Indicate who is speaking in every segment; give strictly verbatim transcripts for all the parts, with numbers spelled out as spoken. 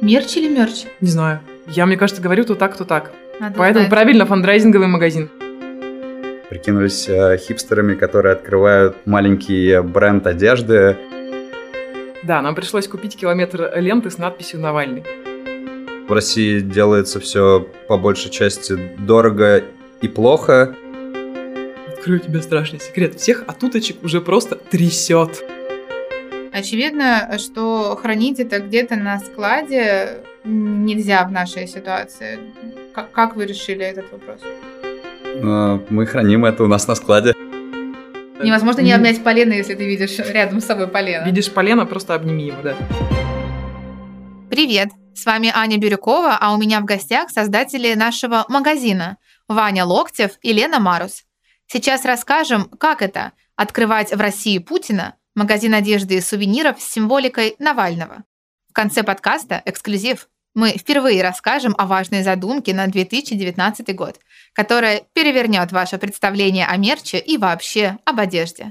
Speaker 1: Мерч или мерч?
Speaker 2: Не знаю. Я, мне кажется, говорю то так, то так.
Speaker 1: Надо
Speaker 2: Поэтому
Speaker 1: знать.
Speaker 2: правильно, фандрайзинговый магазин.
Speaker 3: Прикинулись э, хипстерами, которые открывают маленький бренд одежды.
Speaker 2: Да, нам пришлось купить километр ленты с надписью «Навальный».
Speaker 3: В России делается все по большей части дорого и плохо.
Speaker 2: Открою тебе страшный секрет. Всех от уточек уже просто трясет.
Speaker 1: Очевидно, что хранить это где-то на складе нельзя в нашей ситуации. Как, как вы решили этот вопрос?
Speaker 3: Э, мы храним это у нас на складе.
Speaker 1: Невозможно не обнять полено, если ты видишь рядом с собой полено.
Speaker 2: Видишь полено, просто обними его, да.
Speaker 1: Привет, с вами Аня Бирюкова, а у меня в гостях создатели нашего магазина Ваня Локтев и Лена Марус. Сейчас расскажем, как это – открывать в России Путина магазин одежды и сувениров с символикой Навального. В конце подкаста эксклюзив. Мы впервые расскажем о важной задумке на две тысячи девятнадцатый год, которая перевернет ваше представление о мерче и вообще об одежде.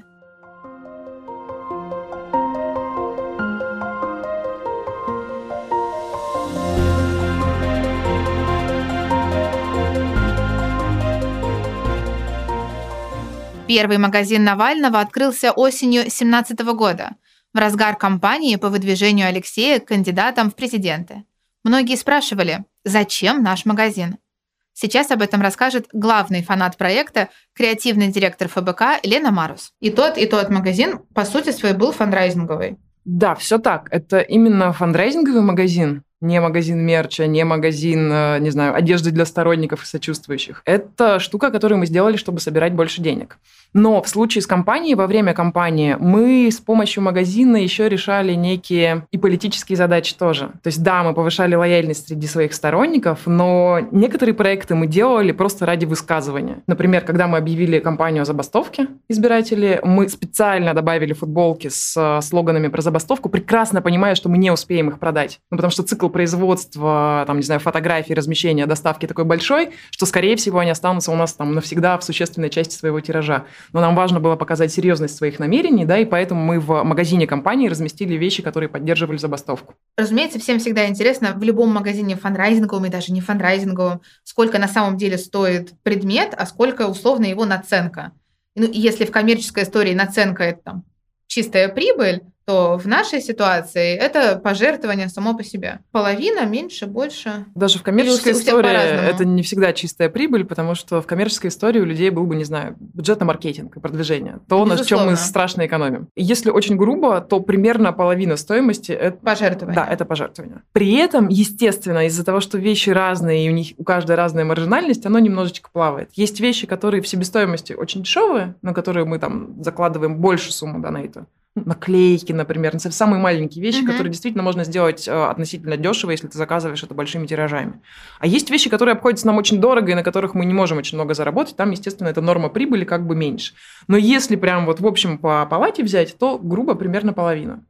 Speaker 1: Первый магазин Навального открылся осенью две тысячи семнадцатого года, в разгар кампании по выдвижению Алексея к кандидатам в президенты. Многие спрашивали, зачем наш магазин? Сейчас об этом расскажет главный фанат проекта, креативный директор эф бэ ка Лена Марус. И тот, и тот магазин, по сути своей, был фандрайзинговый.
Speaker 2: Да, все так. Это именно фандрайзинговый магазин. Не магазин мерча, не магазин, не знаю, одежды для сторонников и сочувствующих. Это штука, которую мы сделали, чтобы собирать больше денег. Но в случае с компанией, во время кампании, мы с помощью магазина еще решали некие и политические задачи тоже. То есть да, мы повышали лояльность среди своих сторонников, но некоторые проекты мы делали просто ради высказывания. Например, когда мы объявили кампанию о забастовке избиратели, мы специально добавили футболки с слоганами про забастовку, прекрасно понимая, что мы не успеем их продать. Ну, потому что цикл производства, там, не знаю, фотографий, размещения, доставки такой большой, что, скорее всего, они останутся у нас там навсегда в существенной части своего тиража. Но нам важно было показать серьезность своих намерений, да, и поэтому мы в магазине компании разместили вещи, которые поддерживали забастовку.
Speaker 1: Разумеется, всем всегда интересно в любом магазине фандрайзинговом и даже не фандрайзинговом, сколько на самом деле стоит предмет, а сколько условно его наценка. Ну, если в коммерческой истории наценка – это там чистая прибыль, то в нашей ситуации это пожертвование само по себе. Половина, меньше, больше.
Speaker 2: Даже в коммерческой
Speaker 1: у всех
Speaker 2: истории
Speaker 1: по-разному.
Speaker 2: это не всегда чистая прибыль, потому что в коммерческой истории у людей был бы, не знаю, бюджет на маркетинг и продвижение. То, на чем мы страшно экономим. И если очень грубо, то примерно половина стоимости – это
Speaker 1: пожертвование.
Speaker 2: Да, это пожертвование. При этом, естественно, из-за того, что вещи разные, и у них у каждой разная маржинальность, оно немножечко плавает. Есть вещи, которые в себестоимости очень дешевые, на которые мы там закладываем больше суммы, да, на это. Наклейки, например, самые маленькие вещи, uh-huh. которые действительно можно сделать э, относительно дешево, если ты заказываешь это большими тиражами. А есть вещи, которые обходятся нам очень дорого и на которых мы не можем очень много заработать. Там, естественно, эта норма прибыли как бы меньше. Но если прям вот в общем по палате взять, то грубо примерно половина.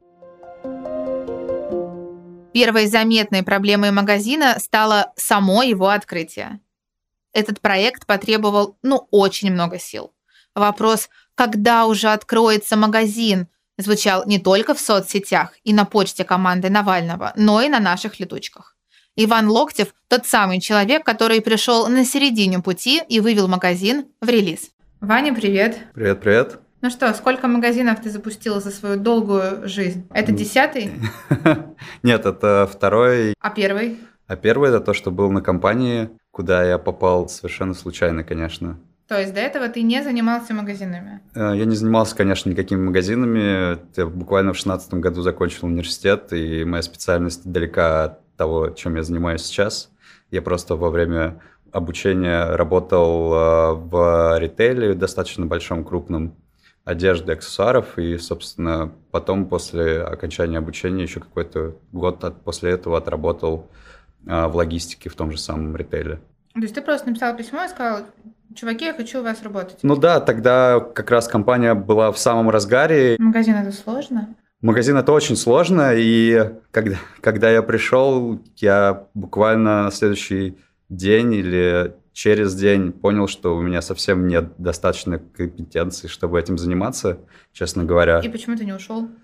Speaker 1: Первой заметной проблемой магазина стало само его открытие. Этот проект потребовал, ну, очень много сил. Вопрос, когда уже откроется магазин, звучал не только в соцсетях и на почте команды Навального, но и на наших летучках. Иван Локтев – тот самый человек, который пришел на середине пути и вывел магазин в релиз. Ваня, привет.
Speaker 3: Привет, привет.
Speaker 1: Ну что, сколько магазинов ты запустил за свою долгую жизнь? Это десятый?
Speaker 3: Нет, это второй.
Speaker 1: А первый?
Speaker 3: А первый – это то, что был на компании, куда я попал совершенно случайно, конечно.
Speaker 1: То есть до этого ты не занимался магазинами?
Speaker 3: Я не занимался, конечно, никакими магазинами. Я буквально в шестнадцатом году закончил университет, и моя специальность далека от того, чем я занимаюсь сейчас. Я просто во время обучения работал в ритейле, достаточно большом, крупном, одежды, аксессуаров, и, собственно, потом после окончания обучения еще какой-то год от, после этого отработал в логистике в том же самом ритейле.
Speaker 1: То есть ты просто написал письмо и сказал: чуваки, я хочу у вас работать.
Speaker 3: Ну да, тогда как раз компания была в самом разгаре.
Speaker 1: Магазин — это сложно?
Speaker 3: Магазин — это очень сложно, и когда, когда я пришел, я буквально на следующий день или через день понял, что у меня совсем нет достаточной компетенции, чтобы этим заниматься, честно говоря.
Speaker 1: И почему ты не ушел?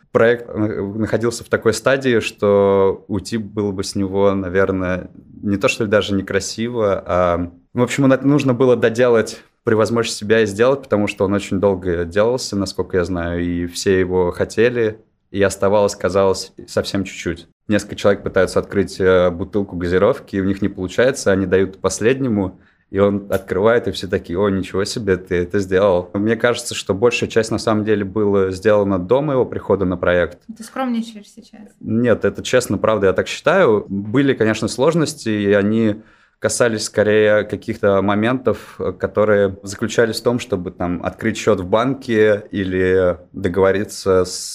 Speaker 3: проект находился в такой стадии, что уйти было бы с него, наверное, не то что ли даже некрасиво, а... В общем, нужно было доделать, превозмочь себя и сделать, потому что он очень долго делался, насколько я знаю, и все его хотели, и оставалось, казалось, совсем чуть-чуть. Несколько человек пытаются открыть бутылку газировки, и у них не получается, они дают последнему, и он открывает, и все такие: о, ничего себе, ты это сделал. Мне кажется, что большая часть на самом деле была сделана до моего прихода на проект.
Speaker 1: Ты скромничаешь сейчас?
Speaker 3: Нет, это честно, правда, я так считаю. Были, конечно, сложности, и они касались скорее каких-то моментов, которые заключались в том, чтобы там открыть счет в банке или договориться с,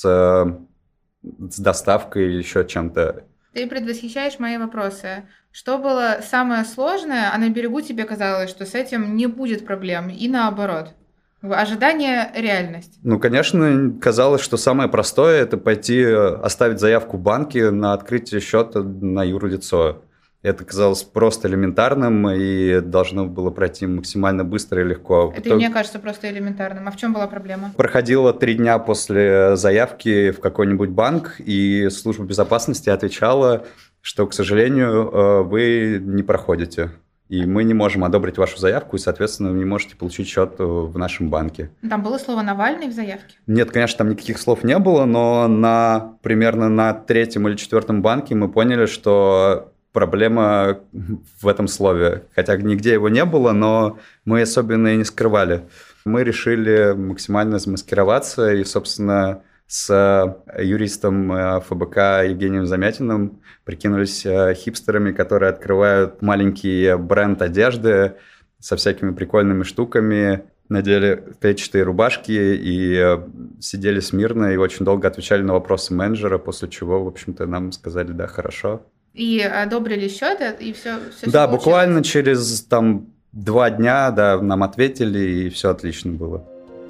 Speaker 3: с доставкой или еще чем-то.
Speaker 1: Ты предвосхищаешь мои вопросы. Что было самое сложное, а на берегу тебе казалось, что с этим не будет проблем, и наоборот? Ожидание, реальность.
Speaker 3: Ну, конечно, казалось, что самое простое – это пойти оставить заявку в банке на открытие счета на юрлицо. Это казалось просто элементарным и должно было пройти максимально быстро и легко.
Speaker 1: Это и мне кажется просто элементарным. А в чем была проблема?
Speaker 3: Проходило три дня после заявки в какой-нибудь банк, и служба безопасности отвечала, что, к сожалению, вы не проходите. И мы не можем одобрить вашу заявку, и, соответственно, вы не можете получить счет в нашем банке.
Speaker 1: Там было слово «Навальный» в заявке?
Speaker 3: Нет, конечно, там никаких слов не было, но на, примерно на третьем или четвертом банке мы поняли, что проблема в этом слове. Хотя нигде его не было, но мы особенно и не скрывали. Мы решили максимально замаскироваться, и, собственно, с юристом эф бэ ка Евгением Замятиным прикинулись хипстерами, которые открывают маленький бренд одежды со всякими прикольными штуками, надели клетчатые рубашки и сидели смирно и очень долго отвечали на вопросы менеджера, после чего, в общем-то, нам сказали: да, хорошо.
Speaker 1: И одобрили счет, и все, все
Speaker 3: Да, буквально через там два дня, да, нам ответили, и все отлично было.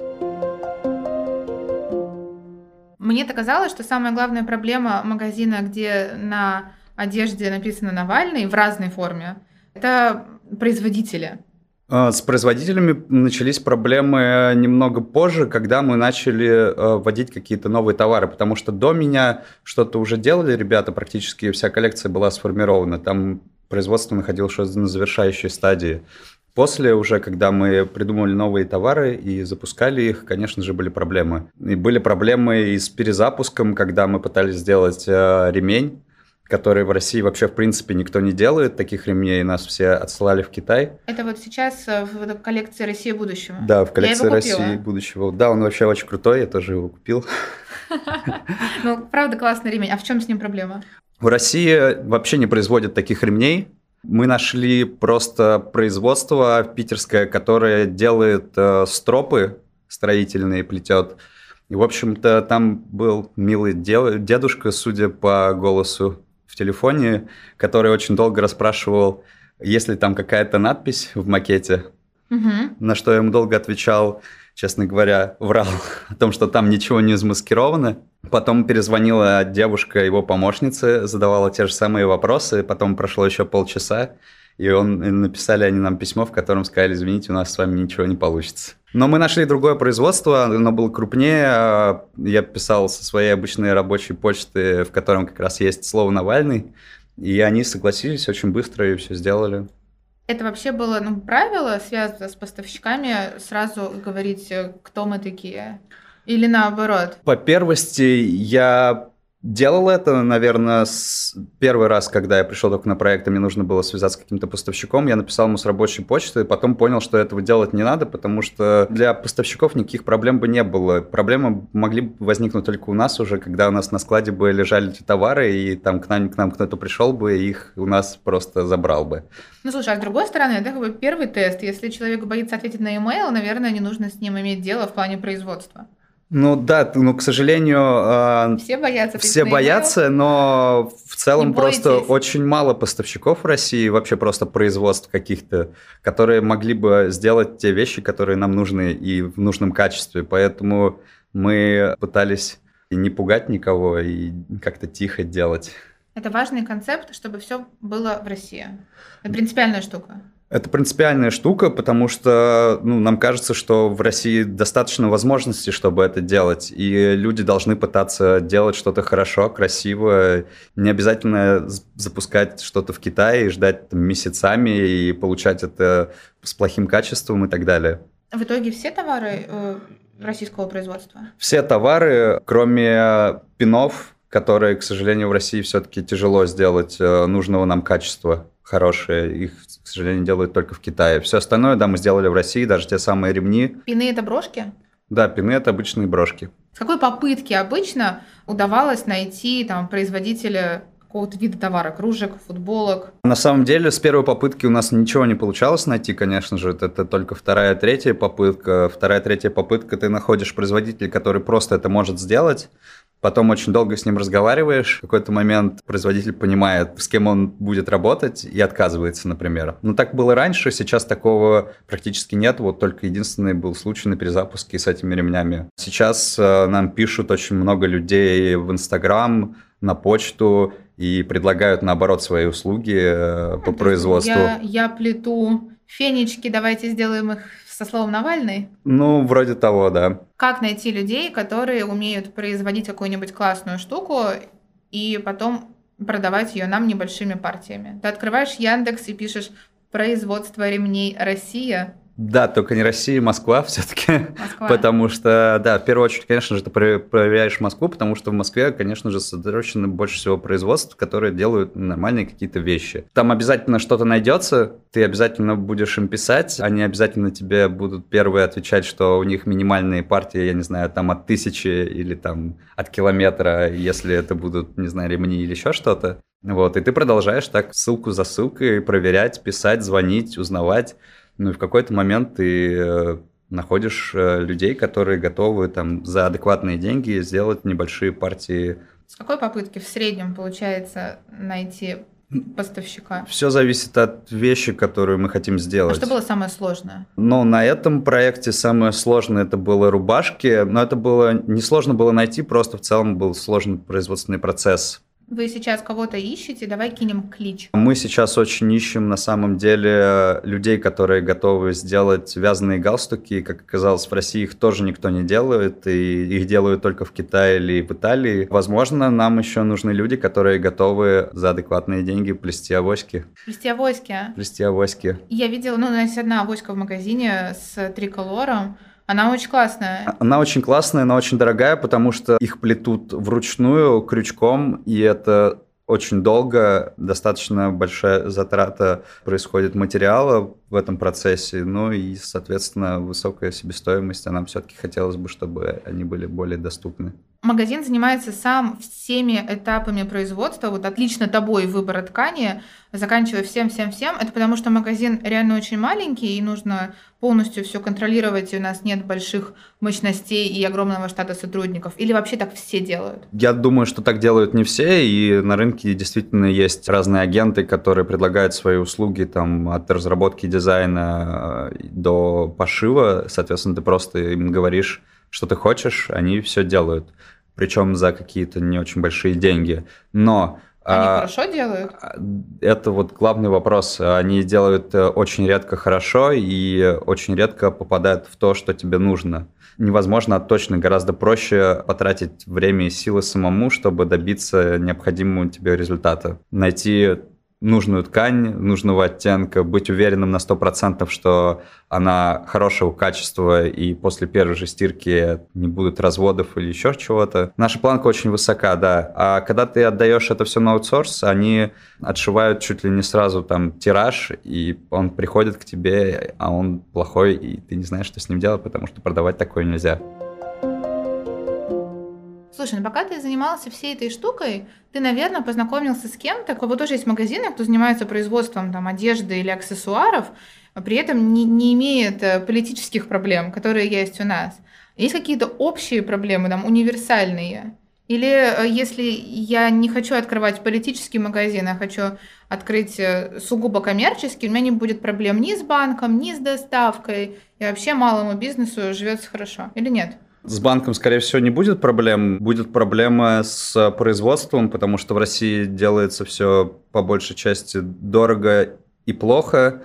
Speaker 1: Мне-то казалось, что самая главная проблема магазина, где на одежде написано «Навальный» в разной форме, это производители.
Speaker 3: С производителями начались проблемы немного позже, когда мы начали вводить какие-то новые товары, потому что до меня что-то уже делали ребята, практически вся коллекция была сформирована, там производство находилось на завершающей стадии. После уже, когда мы придумывали новые товары и запускали их, конечно же, были проблемы. И были проблемы и с перезапуском, когда мы пытались сделать э, ремень, который в России вообще, в принципе, никто не делает. Таких ремней нас все отсылали в Китай.
Speaker 1: Это вот сейчас в коллекции «Россия будущего».
Speaker 3: Да, в коллекции «Россия будущего». Да, он вообще очень крутой, я тоже его купил.
Speaker 1: Ну, правда, классный ремень. А в чем с ним проблема?
Speaker 3: В России вообще не производят таких ремней. Мы нашли просто производство питерское, которое делает э, стропы строительные, плетет. И, в общем-то, там был милый дедушка, судя по голосу в телефоне, который очень долго расспрашивал, есть ли там какая-то надпись в макете, угу. На что я ему долго отвечал, честно говоря, врал о том, что там ничего не замаскировано. Потом перезвонила девушка, его помощница, задавала те же самые вопросы. Потом прошло еще полчаса, и он, и написали они нам письмо, в котором сказали: извините, у нас с вами ничего не получится. Но мы нашли другое производство, оно было крупнее. Я писал со своей обычной рабочей почты, в котором как раз есть слово «Навальный», и они согласились очень быстро и все сделали.
Speaker 1: Это вообще было, ну, правило, связано с поставщиками, сразу говорить, кто мы такие? Или наоборот?
Speaker 3: По первости, я делал это, наверное, с первый раз, когда я пришел только на проект, и мне нужно было связаться с каким-то поставщиком. Я написал ему с рабочей почты, и потом понял, что этого делать не надо, потому что для поставщиков никаких проблем бы не было. Проблемы могли возникнуть только у нас уже, когда у нас на складе бы лежали эти товары, и там к нам, к нам кто-то пришел бы, и их у нас просто забрал бы.
Speaker 1: Ну, слушай, а с другой стороны, это как бы первый тест. Если человек боится ответить на e-mail, наверное, не нужно с ним иметь дело в плане производства.
Speaker 3: Ну да, ну, к сожалению,
Speaker 1: все боятся,
Speaker 3: все боятся, но в целом просто очень мало поставщиков в России, вообще просто производств каких-то, которые могли бы сделать те вещи, которые нам нужны и в нужном качестве. Поэтому мы пытались не пугать никого и как-то тихо делать.
Speaker 1: Это важный концепт, чтобы все было в России. Это принципиальная штука.
Speaker 3: Это принципиальная штука, потому что ну, нам кажется, что в России достаточно возможностей, чтобы это делать, и люди должны пытаться делать что-то хорошо, красиво. Не обязательно запускать что-то в Китае и ждать там, месяцами и получать это с плохим качеством и так далее.
Speaker 1: В итоге все товары э, российского производства?
Speaker 3: Все товары, кроме пинов, которые, к сожалению, в России все-таки тяжело сделать нужного нам качества. Хорошие, их, к сожалению, делают только в Китае. Все остальное, да, мы сделали в России, даже те самые ремни.
Speaker 1: Пины – это брошки?
Speaker 3: Да, пины – это обычные брошки.
Speaker 1: С какой попытки обычно удавалось найти там, производителя какого-то вида товара, кружек, футболок?
Speaker 3: На самом деле, с первой попытки у нас ничего не получалось найти, конечно же. Это, это только вторая, третья попытка. Вторая, третья попытка, ты находишь производителя, который просто это может сделать. Потом очень долго с ним разговариваешь. В какой-то момент производитель понимает, с кем он будет работать, и отказывается, например. Но так было раньше, сейчас такого практически нет. Вот только единственный был случай на перезапуске с этими ремнями. Сейчас э, нам пишут очень много людей в Инстаграм, на почту и предлагают, наоборот, свои услуги э, по производству.
Speaker 1: Я, я плету фенечки, давайте сделаем их со словом «Навальный»?
Speaker 3: Ну, вроде того, да.
Speaker 1: Как найти людей, которые умеют производить какую-нибудь классную штуку и потом продавать ее нам небольшими партиями? Ты открываешь Яндекс и пишешь «Производство ремней Россия».
Speaker 3: Да, только не Россия, Москва все-таки.
Speaker 1: Москва.
Speaker 3: Потому что, да, в первую очередь, конечно же, ты проверяешь Москву, потому что в Москве, конечно же, сосредоточено больше всего производств, которые делают нормальные какие-то вещи. Там обязательно что-то найдется, ты обязательно будешь им писать, они обязательно тебе будут первые отвечать, что у них минимальные партии, я не знаю, там от тысячи или там от километра, если это будут, не знаю, ремни или еще что-то. Вот, и ты продолжаешь так ссылку за ссылкой проверять, писать, звонить, узнавать. Ну и в какой-то момент ты находишь людей, которые готовы там за адекватные деньги сделать небольшие партии.
Speaker 1: С какой попытки в среднем получается найти поставщика?
Speaker 3: Все зависит от вещи, которую мы хотим сделать.
Speaker 1: А что было самое сложное?
Speaker 3: Ну, на этом проекте самое сложное это было рубашки, но это было несложно было найти, просто в целом был сложный производственный процесс.
Speaker 1: Вы сейчас кого-то ищете? Давай кинем клич.
Speaker 3: Мы сейчас очень ищем, на самом деле, людей, которые готовы сделать вязаные галстуки. Как оказалось, в России их тоже никто не делает, и их делают только в Китае или в Италии. Возможно, нам еще нужны люди, которые готовы за адекватные деньги плести авоськи.
Speaker 1: Плести авоськи?
Speaker 3: Плести авоськи.
Speaker 1: Я видела, ну, у нас есть одна авоська в магазине с триколором. Она очень классная.
Speaker 3: Она очень классная, но очень дорогая, потому что их плетут вручную, крючком, и это очень долго, достаточно большая затрата происходит материала в этом процессе, ну и, соответственно, высокая себестоимость, а нам все-таки хотелось бы, чтобы они были более доступны.
Speaker 1: Магазин занимается сам всеми этапами производства, вот отлично тобой выбора ткани, заканчивая всем-всем-всем. Это потому что магазин реально очень маленький, и нужно полностью все контролировать, и у нас нет больших мощностей и огромного штата сотрудников. Или вообще так все делают?
Speaker 3: Я думаю, что так делают не все, и на рынке действительно есть разные агенты, которые предлагают свои услуги там, от разработки дизайна до пошива. Соответственно, ты просто им говоришь, что ты хочешь, они все делают. Причем за какие-то не очень большие деньги. Но
Speaker 1: Они
Speaker 3: а,
Speaker 1: хорошо делают?
Speaker 3: Это вот главный вопрос. Они делают очень редко хорошо и очень редко попадают в то, что тебе нужно. Невозможно точно, гораздо проще потратить время и силы самому, чтобы добиться необходимого тебе результата. Найти нужную ткань, нужного оттенка, быть уверенным на сто процентов, что она хорошего качества и после первой же стирки не будут разводов или еще чего-то. Наша планка очень высока, да. А когда ты отдаешь это все на аутсорс, они отшивают чуть ли не сразу там тираж, и он приходит к тебе, а он плохой, и ты не знаешь, что с ним делать, потому что продавать такое нельзя.
Speaker 1: Слушай, ну пока ты занимался всей этой штукой, ты, наверное, познакомился с кем-то, у кого тоже есть магазины, кто занимается производством там, одежды или аксессуаров, а при этом не, не имеет политических проблем, которые есть у нас. Есть какие-то общие проблемы, там, универсальные? Или если я не хочу открывать политический магазин, а хочу открыть сугубо коммерческий, у меня не будет проблем ни с банком, ни с доставкой, и вообще малому бизнесу живется хорошо, или нет?
Speaker 3: С банком, скорее всего, не будет проблем. Будет проблема с производством, потому что в России делается все по большей части дорого и плохо.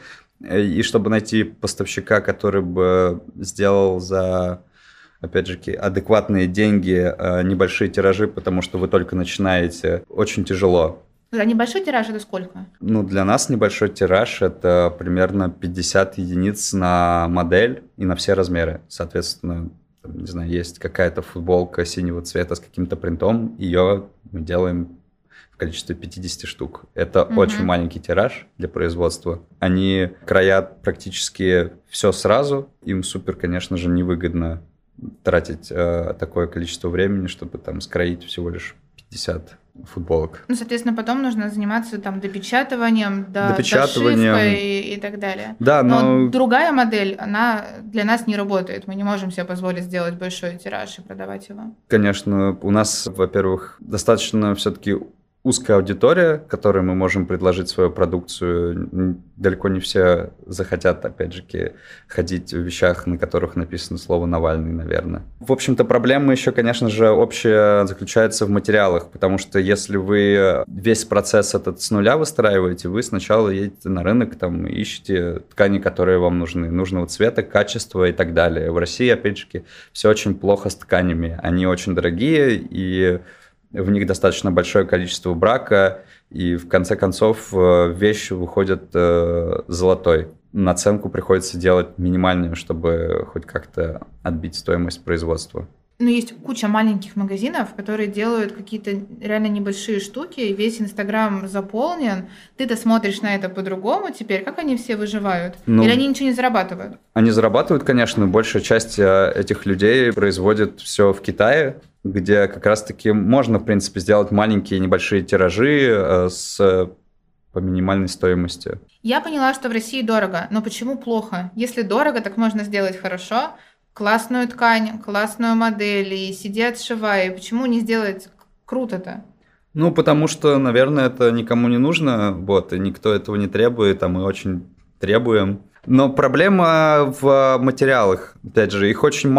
Speaker 3: И чтобы найти поставщика, который бы сделал за, опять же, адекватные деньги небольшие тиражи, потому что вы только начинаете, очень тяжело.
Speaker 1: А небольшой тираж это сколько?
Speaker 3: Ну, для нас небольшой тираж – это примерно пятьдесят единиц на модель и на все размеры. Соответственно, там, не знаю, есть какая-то футболка синего цвета с каким-то принтом, ее мы делаем в количестве пятьдесят штук. Это угу. очень маленький тираж для производства. Они краят практически все сразу. Им супер, конечно же, невыгодно тратить э, такое количество времени, чтобы там скроить всего лишь пятьдесят футболок.
Speaker 1: Ну, соответственно, потом нужно заниматься там допечатыванием, до,
Speaker 3: допечатыванием
Speaker 1: дошивкой и, и так далее.
Speaker 3: Да, но...
Speaker 1: но другая модель, она для нас не работает. Мы не можем себе позволить сделать большой тираж и продавать его.
Speaker 3: Конечно, у нас, во-первых, достаточно все-таки узкая аудитория, которой мы можем предложить свою продукцию. Далеко не все захотят, опять же, ходить в вещах, на которых написано слово «Навальный», наверное. В общем-то, проблема еще, конечно же, общая заключается в материалах, потому что если вы весь процесс этот с нуля выстраиваете, вы сначала едете на рынок, там, ищете ткани, которые вам нужны, нужного цвета, качества и так далее. В России, опять же, все очень плохо с тканями. Они очень дорогие, и в них достаточно большое количество брака, и в конце концов вещь выходит э, золотой. Наценку приходится делать минимальную, чтобы хоть как-то отбить стоимость производства.
Speaker 1: Ну, есть куча маленьких магазинов, которые делают какие-то реально небольшие штуки, и весь Инстаграм заполнен. Ты-то смотришь на это по-другому теперь. Как они все выживают? Ну, или они ничего не зарабатывают?
Speaker 3: Они зарабатывают, конечно. Большая часть этих людей производит все в Китае, где как раз-таки можно, в принципе, сделать маленькие небольшие тиражи с по минимальной стоимости.
Speaker 1: Я поняла, что в России дорого, но почему плохо? Если дорого, так можно сделать хорошо. Классную ткань, классную модель, и сиди отшивай. Почему не сделать круто-то?
Speaker 3: Ну, потому что, наверное, это никому не нужно, вот, и никто этого не требует, а мы очень требуем. Но проблема в материалах, опять же, их очень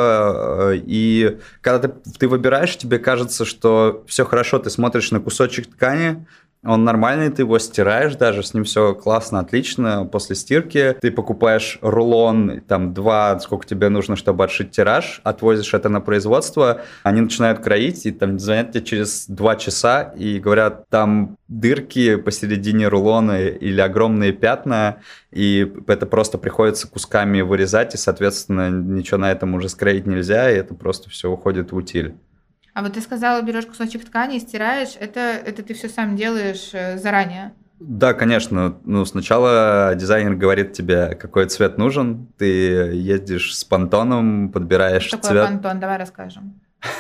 Speaker 3: мало, и когда ты, ты выбираешь, тебе кажется, что все хорошо, ты смотришь на кусочек ткани, он нормальный, ты его стираешь даже, с ним все классно, отлично. После стирки ты покупаешь рулон, там два, сколько тебе нужно, чтобы отшить тираж, отвозишь это на производство, они начинают кроить, и там звонят тебе через два часа и говорят, там дырки посередине рулона или огромные пятна, и это просто приходится кусками вырезать, и, соответственно, ничего на этом уже скроить нельзя, и это просто все уходит в утиль.
Speaker 1: А вот ты сказала, берешь кусочек ткани и стираешь, это, это ты все сам делаешь заранее?
Speaker 3: Да, конечно. Ну, сначала дизайнер говорит тебе, какой цвет нужен, ты ездишь с Пантоном, подбираешь
Speaker 1: Что
Speaker 3: цвет.
Speaker 1: Что такое Пантон? Давай расскажем.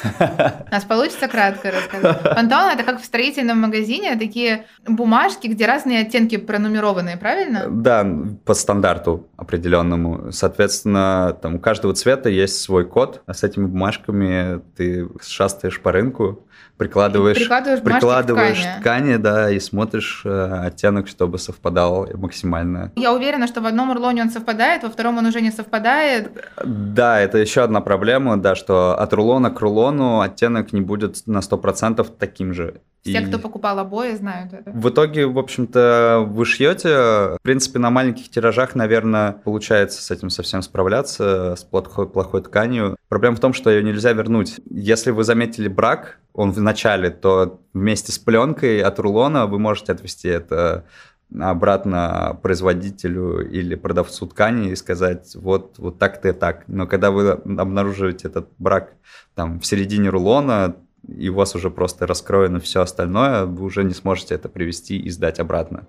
Speaker 1: У нас получится кратко рассказать. Пантон – это как в строительном магазине, такие бумажки, где разные оттенки пронумерованные, правильно?
Speaker 3: Да, по стандарту определенному. Соответственно, там у каждого цвета есть свой код, а с этими бумажками ты шастаешь по рынку, прикладываешь,
Speaker 1: прикладываешь,
Speaker 3: прикладываешь
Speaker 1: ткани.
Speaker 3: ткани, да, и смотришь э, оттенок, чтобы совпадал максимально.
Speaker 1: Я уверена, что в одном рулоне он совпадает, во втором он уже не совпадает.
Speaker 3: Да, это еще одна проблема, да, что от рулона к рулону оттенок не будет на сто процентов таким же.
Speaker 1: Все,
Speaker 3: и...
Speaker 1: кто покупал обои, знают это.
Speaker 3: В итоге, в общем-то, вы шьете. В принципе, на маленьких тиражах, наверное, получается с этим совсем справляться, с плохой, плохой тканью. Проблема в том, что ее нельзя вернуть. Если вы заметили брак, он в начале, то вместе с пленкой от рулона вы можете отвести это обратно производителю или продавцу ткани и сказать, вот, вот так-то и так. Но когда вы обнаруживаете этот брак там, в середине рулона, и у вас уже просто раскроено все остальное, вы уже не сможете это привезти и сдать обратно.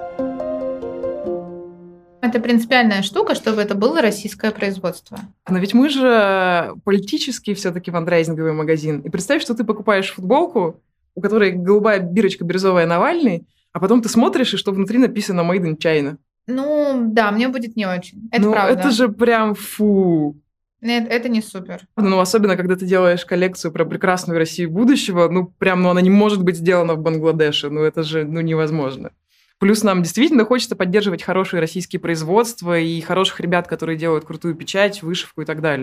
Speaker 1: Это принципиальная штука, чтобы это было российское производство.
Speaker 2: Но ведь мы же политический все-таки фандрайзинговый магазин. И представь, что ты покупаешь футболку, у которой голубая бирочка бирюзовая «Навальный», а потом ты смотришь, и что внутри написано «Made in China».
Speaker 1: Ну, да, мне будет не очень. Это
Speaker 2: ну,
Speaker 1: правда.
Speaker 2: Это же прям фу.
Speaker 1: Нет, это не супер.
Speaker 2: Ну, особенно, когда ты делаешь коллекцию про прекрасную Россию будущего, ну, прям, ну, она не может быть сделана в Бангладеше. Ну, это же, ну, невозможно. Плюс нам действительно хочется поддерживать хорошие российские производства и хороших ребят, которые делают крутую печать, вышивку и так далее.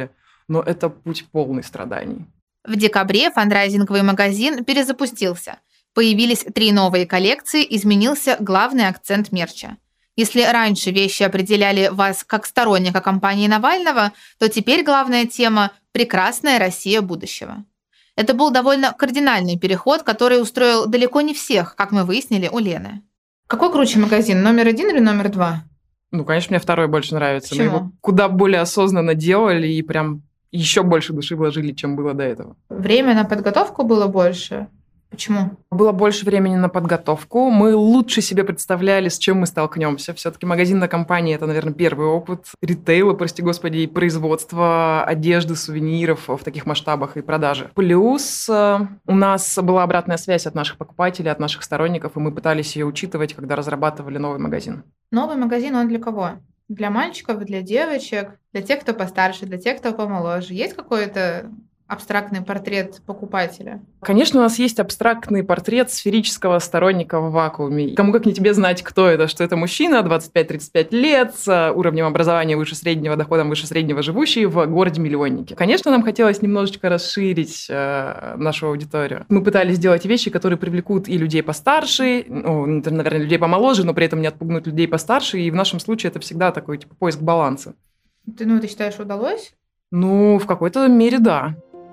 Speaker 2: но это путь полный страданий.
Speaker 1: В декабре фандрайзинговый магазин перезапустился. Появились три новые коллекции, изменился главный акцент мерча. Если раньше вещи определяли вас как сторонника компании Навального, то теперь главная тема – прекрасная Россия будущего. Это был довольно кардинальный переход, который устроил далеко не всех, как мы выяснили у Лены. Какой круче магазин, номер один или номер два?
Speaker 2: Ну, конечно, мне второй больше нравится.
Speaker 1: Почему?
Speaker 2: Мы его куда более осознанно делали и прям еще больше души вложили, чем было до этого.
Speaker 1: Время на подготовку было больше? Почему?
Speaker 2: Было больше времени на подготовку. Мы лучше себе представляли, с чем мы столкнемся. Все-таки магазинная компания – это, наверное, первый опыт ритейла, прости господи, и производства одежды, сувениров в таких масштабах и продажи. Плюс э, у нас была обратная связь от наших покупателей, от наших сторонников, и мы пытались ее учитывать, когда разрабатывали новый магазин.
Speaker 1: Новый магазин, он для кого? Для мальчиков, для девочек, для тех, кто постарше, для тех, кто помоложе. Есть какой-то абстрактный портрет покупателя?
Speaker 2: Конечно, у нас есть абстрактный портрет сферического сторонника в вакууме. Кому как не тебе знать, кто это, что это мужчина, двадцать пять тридцать пять лет, с уровнем образования выше среднего, доходом выше среднего, живущий в городе-миллионнике. Конечно, нам хотелось немножечко расширить э, нашу аудиторию. Мы пытались сделать вещи, которые привлекут и людей постарше, ну, наверное, людей помоложе, но при этом не отпугнут людей постарше, и в нашем случае это всегда такой типа поиск баланса.
Speaker 1: Ты, ну, ты считаешь, удалось?
Speaker 2: Ну, в какой-то мере, да.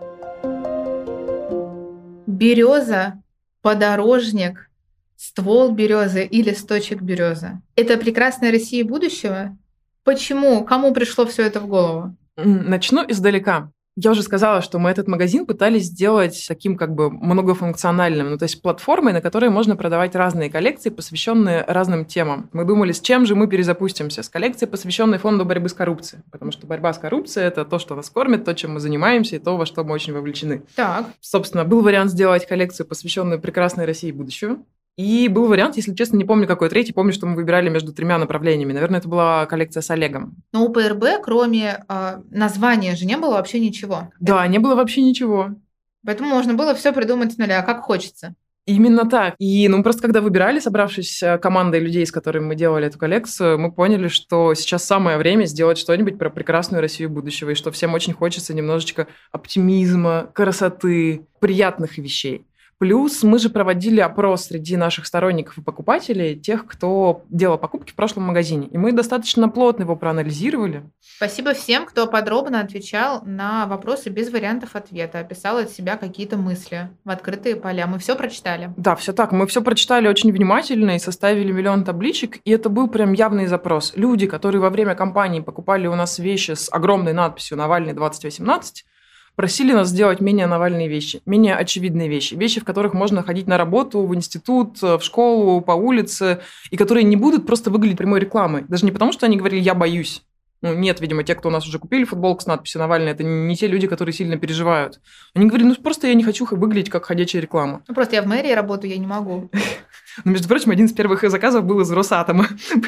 Speaker 1: Береза, подорожник, ствол березы и листочек березы. Это прекрасная Россия будущего? Почему? Кому пришло все это в голову?
Speaker 2: Начну издалека. Я уже сказала, что мы этот магазин пытались сделать таким как бы многофункциональным, ну то есть платформой, на которой можно продавать разные коллекции, посвященные разным темам. Мы думали, с чем же мы перезапустимся? С коллекцией, посвященной фонду борьбы с коррупцией, потому что борьба с коррупцией – это то, что нас кормит, то, чем мы занимаемся, и то, во что мы очень вовлечены.
Speaker 1: Так.
Speaker 2: Собственно, был вариант сделать коллекцию, посвященную прекрасной России будущего. И был вариант, если честно, не помню, какой третий, помню, что мы выбирали между тремя направлениями. Наверное, это была коллекция с Олегом.
Speaker 1: Но у ПРБ, кроме э, названия же, не было вообще ничего.
Speaker 2: Да, не было вообще ничего.
Speaker 1: Поэтому можно было все придумать с нуля, как хочется.
Speaker 2: Именно так. И ну, просто когда выбирали, собравшись командой людей, с которыми мы делали эту коллекцию, мы поняли, что сейчас самое время сделать что-нибудь про прекрасную Россию будущего, и что всем очень хочется немножечко оптимизма, красоты, приятных вещей. Плюс мы же проводили опрос среди наших сторонников и покупателей, тех, кто делал покупки в прошлом магазине. И мы достаточно плотно его проанализировали.
Speaker 1: Спасибо всем, кто подробно отвечал на вопросы без вариантов ответа, описал от себя какие-то мысли в открытые поля. Мы все прочитали.
Speaker 2: Да, все так. Мы все прочитали очень внимательно и составили миллион табличек. И это был прям явный запрос. Люди, которые во время кампании покупали у нас вещи с огромной надписью «Навальный двадцать восемнадцать», просили нас сделать менее Навальные вещи, менее очевидные вещи, вещи, в которых можно ходить на работу, в институт, в школу, по улице, и которые не будут просто выглядеть прямой рекламой. Даже не потому, что они говорили «я боюсь». Ну, нет, видимо, те, кто у нас уже купили футболку с надписью «Навальный», это не те люди, которые сильно переживают. Они говорили, ну, просто я не хочу выглядеть как ходячая реклама.
Speaker 1: Ну, просто я в мэрии работаю, я не могу.
Speaker 2: Ну, между прочим, один из первых заказов был из Росатома.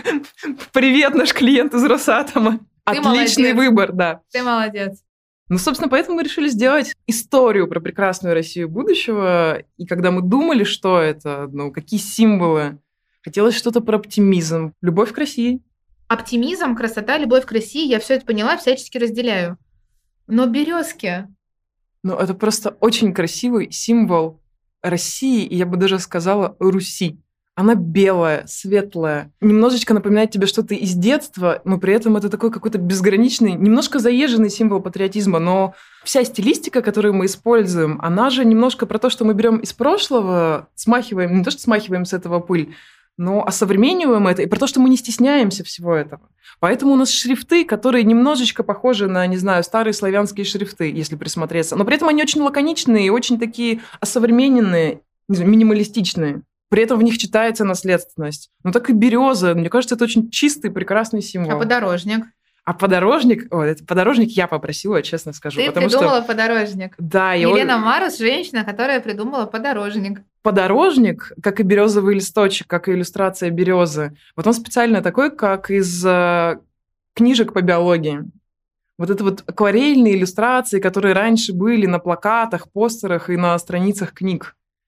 Speaker 2: Привет, наш клиент из Росатома. Отличный выбор, да.
Speaker 1: Ты молодец.
Speaker 2: Ну, собственно, поэтому мы решили сделать историю про прекрасную Россию будущего. И когда мы думали, что это, ну, какие символы, хотелось что-то про оптимизм, любовь к России.
Speaker 1: Оптимизм, красота, любовь к России, я все это поняла, всячески разделяю. Но березки.
Speaker 2: Ну, это просто очень красивый символ России, и я бы даже сказала Руси. Она белая, светлая, немножечко напоминает тебе что-то из детства, но при этом это такой какой-то безграничный, немножко заезженный символ патриотизма, но вся стилистика, которую мы используем, она же немножко про то, что мы берем из прошлого, смахиваем, не то что смахиваем с этого пыль, но осовремениваем это, и про то, что мы не стесняемся всего этого. Поэтому у нас шрифты, которые немножечко похожи на, не знаю, старые славянские шрифты, если присмотреться, но при этом они очень лаконичные и очень такие осовремененные, не знаю, минималистичные. При этом в них читается наследственность. Ну так и береза. Мне кажется, это очень чистый, прекрасный символ.
Speaker 1: А подорожник?
Speaker 2: А подорожник... О, это подорожник я попросила, честно скажу.
Speaker 1: Ты
Speaker 2: потому
Speaker 1: придумала
Speaker 2: что...
Speaker 1: подорожник.
Speaker 2: Да.
Speaker 1: Елена
Speaker 2: Я...
Speaker 1: Марус – женщина, которая придумала подорожник.
Speaker 2: Подорожник, как и березовый листочек, как и иллюстрация березы, вот он специально такой, как из э, книжек по биологии. Вот это вот акварельные иллюстрации, которые раньше были на плакатах, постерах и на страницах книг.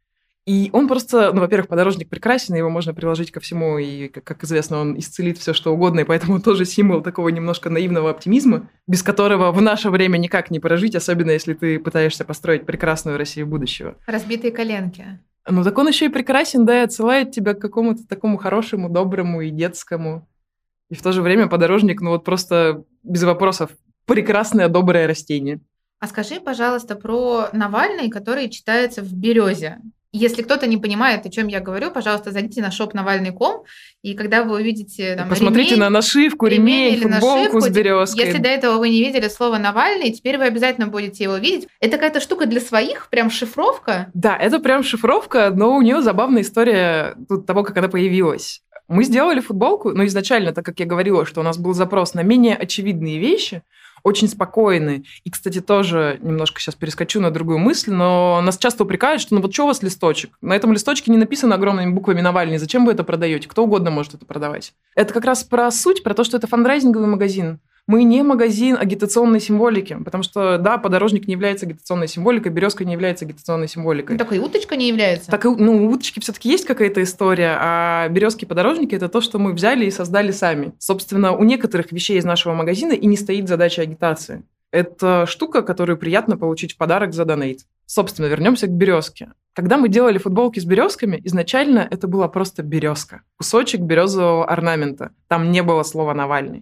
Speaker 2: И он просто, ну, во-первых, подорожник прекрасен, его можно приложить ко всему, и, как, как известно, он исцелит все что угодно, и поэтому он тоже символ такого немножко наивного оптимизма, без которого в наше время никак не прожить, особенно если ты пытаешься построить прекрасную Россию будущего.
Speaker 1: Разбитые коленки.
Speaker 2: Ну, так он еще и прекрасен, да, и отсылает тебя к какому-то такому хорошему, доброму и детскому. И в то же время подорожник, ну, вот просто без вопросов, прекрасное, доброе растение.
Speaker 1: А скажи, пожалуйста, про Навальный, который читается в «Березе». Если кто-то не понимает, о чем я говорю, пожалуйста, зайдите на шоп навальный точка ком, и когда вы увидите там,
Speaker 2: посмотрите
Speaker 1: ремень,
Speaker 2: на нашивку, ремень,
Speaker 1: ремень
Speaker 2: футболку
Speaker 1: нашивку,
Speaker 2: с березкой.
Speaker 1: Если до этого вы не видели слово «Навальный», теперь вы обязательно будете его видеть. Это какая-то штука для своих, прям шифровка?
Speaker 2: Да, это прям шифровка, но у нее забавная история того, как она появилась. Мы сделали футболку, но изначально, так как я говорила, что у нас был запрос на менее очевидные вещи, очень спокойные. И, кстати, тоже немножко сейчас перескочу на другую мысль, но нас часто упрекают, что ну вот что у вас листочек? На этом листочке не написано огромными буквами «Навальный». Зачем вы это продаете? Кто угодно может это продавать. Это как раз про суть, про то, что это фандрайзинговый магазин. Мы не магазин агитационной символики, потому что, да, подорожник не является агитационной символикой, березка не является агитационной символикой.
Speaker 1: Ну, так и уточка не является.
Speaker 2: Так и, ну, у уточки все-таки есть какая-то история, а березки и подорожники – это то, что мы взяли и создали сами. Собственно, у некоторых вещей из нашего магазина и не стоит задача агитации. Это штука, которую приятно получить в подарок за донейт. Собственно, вернемся к березке. Когда мы делали футболки с березками, изначально это была просто березка, кусочек березового орнамента. Там не было слова «Навальный».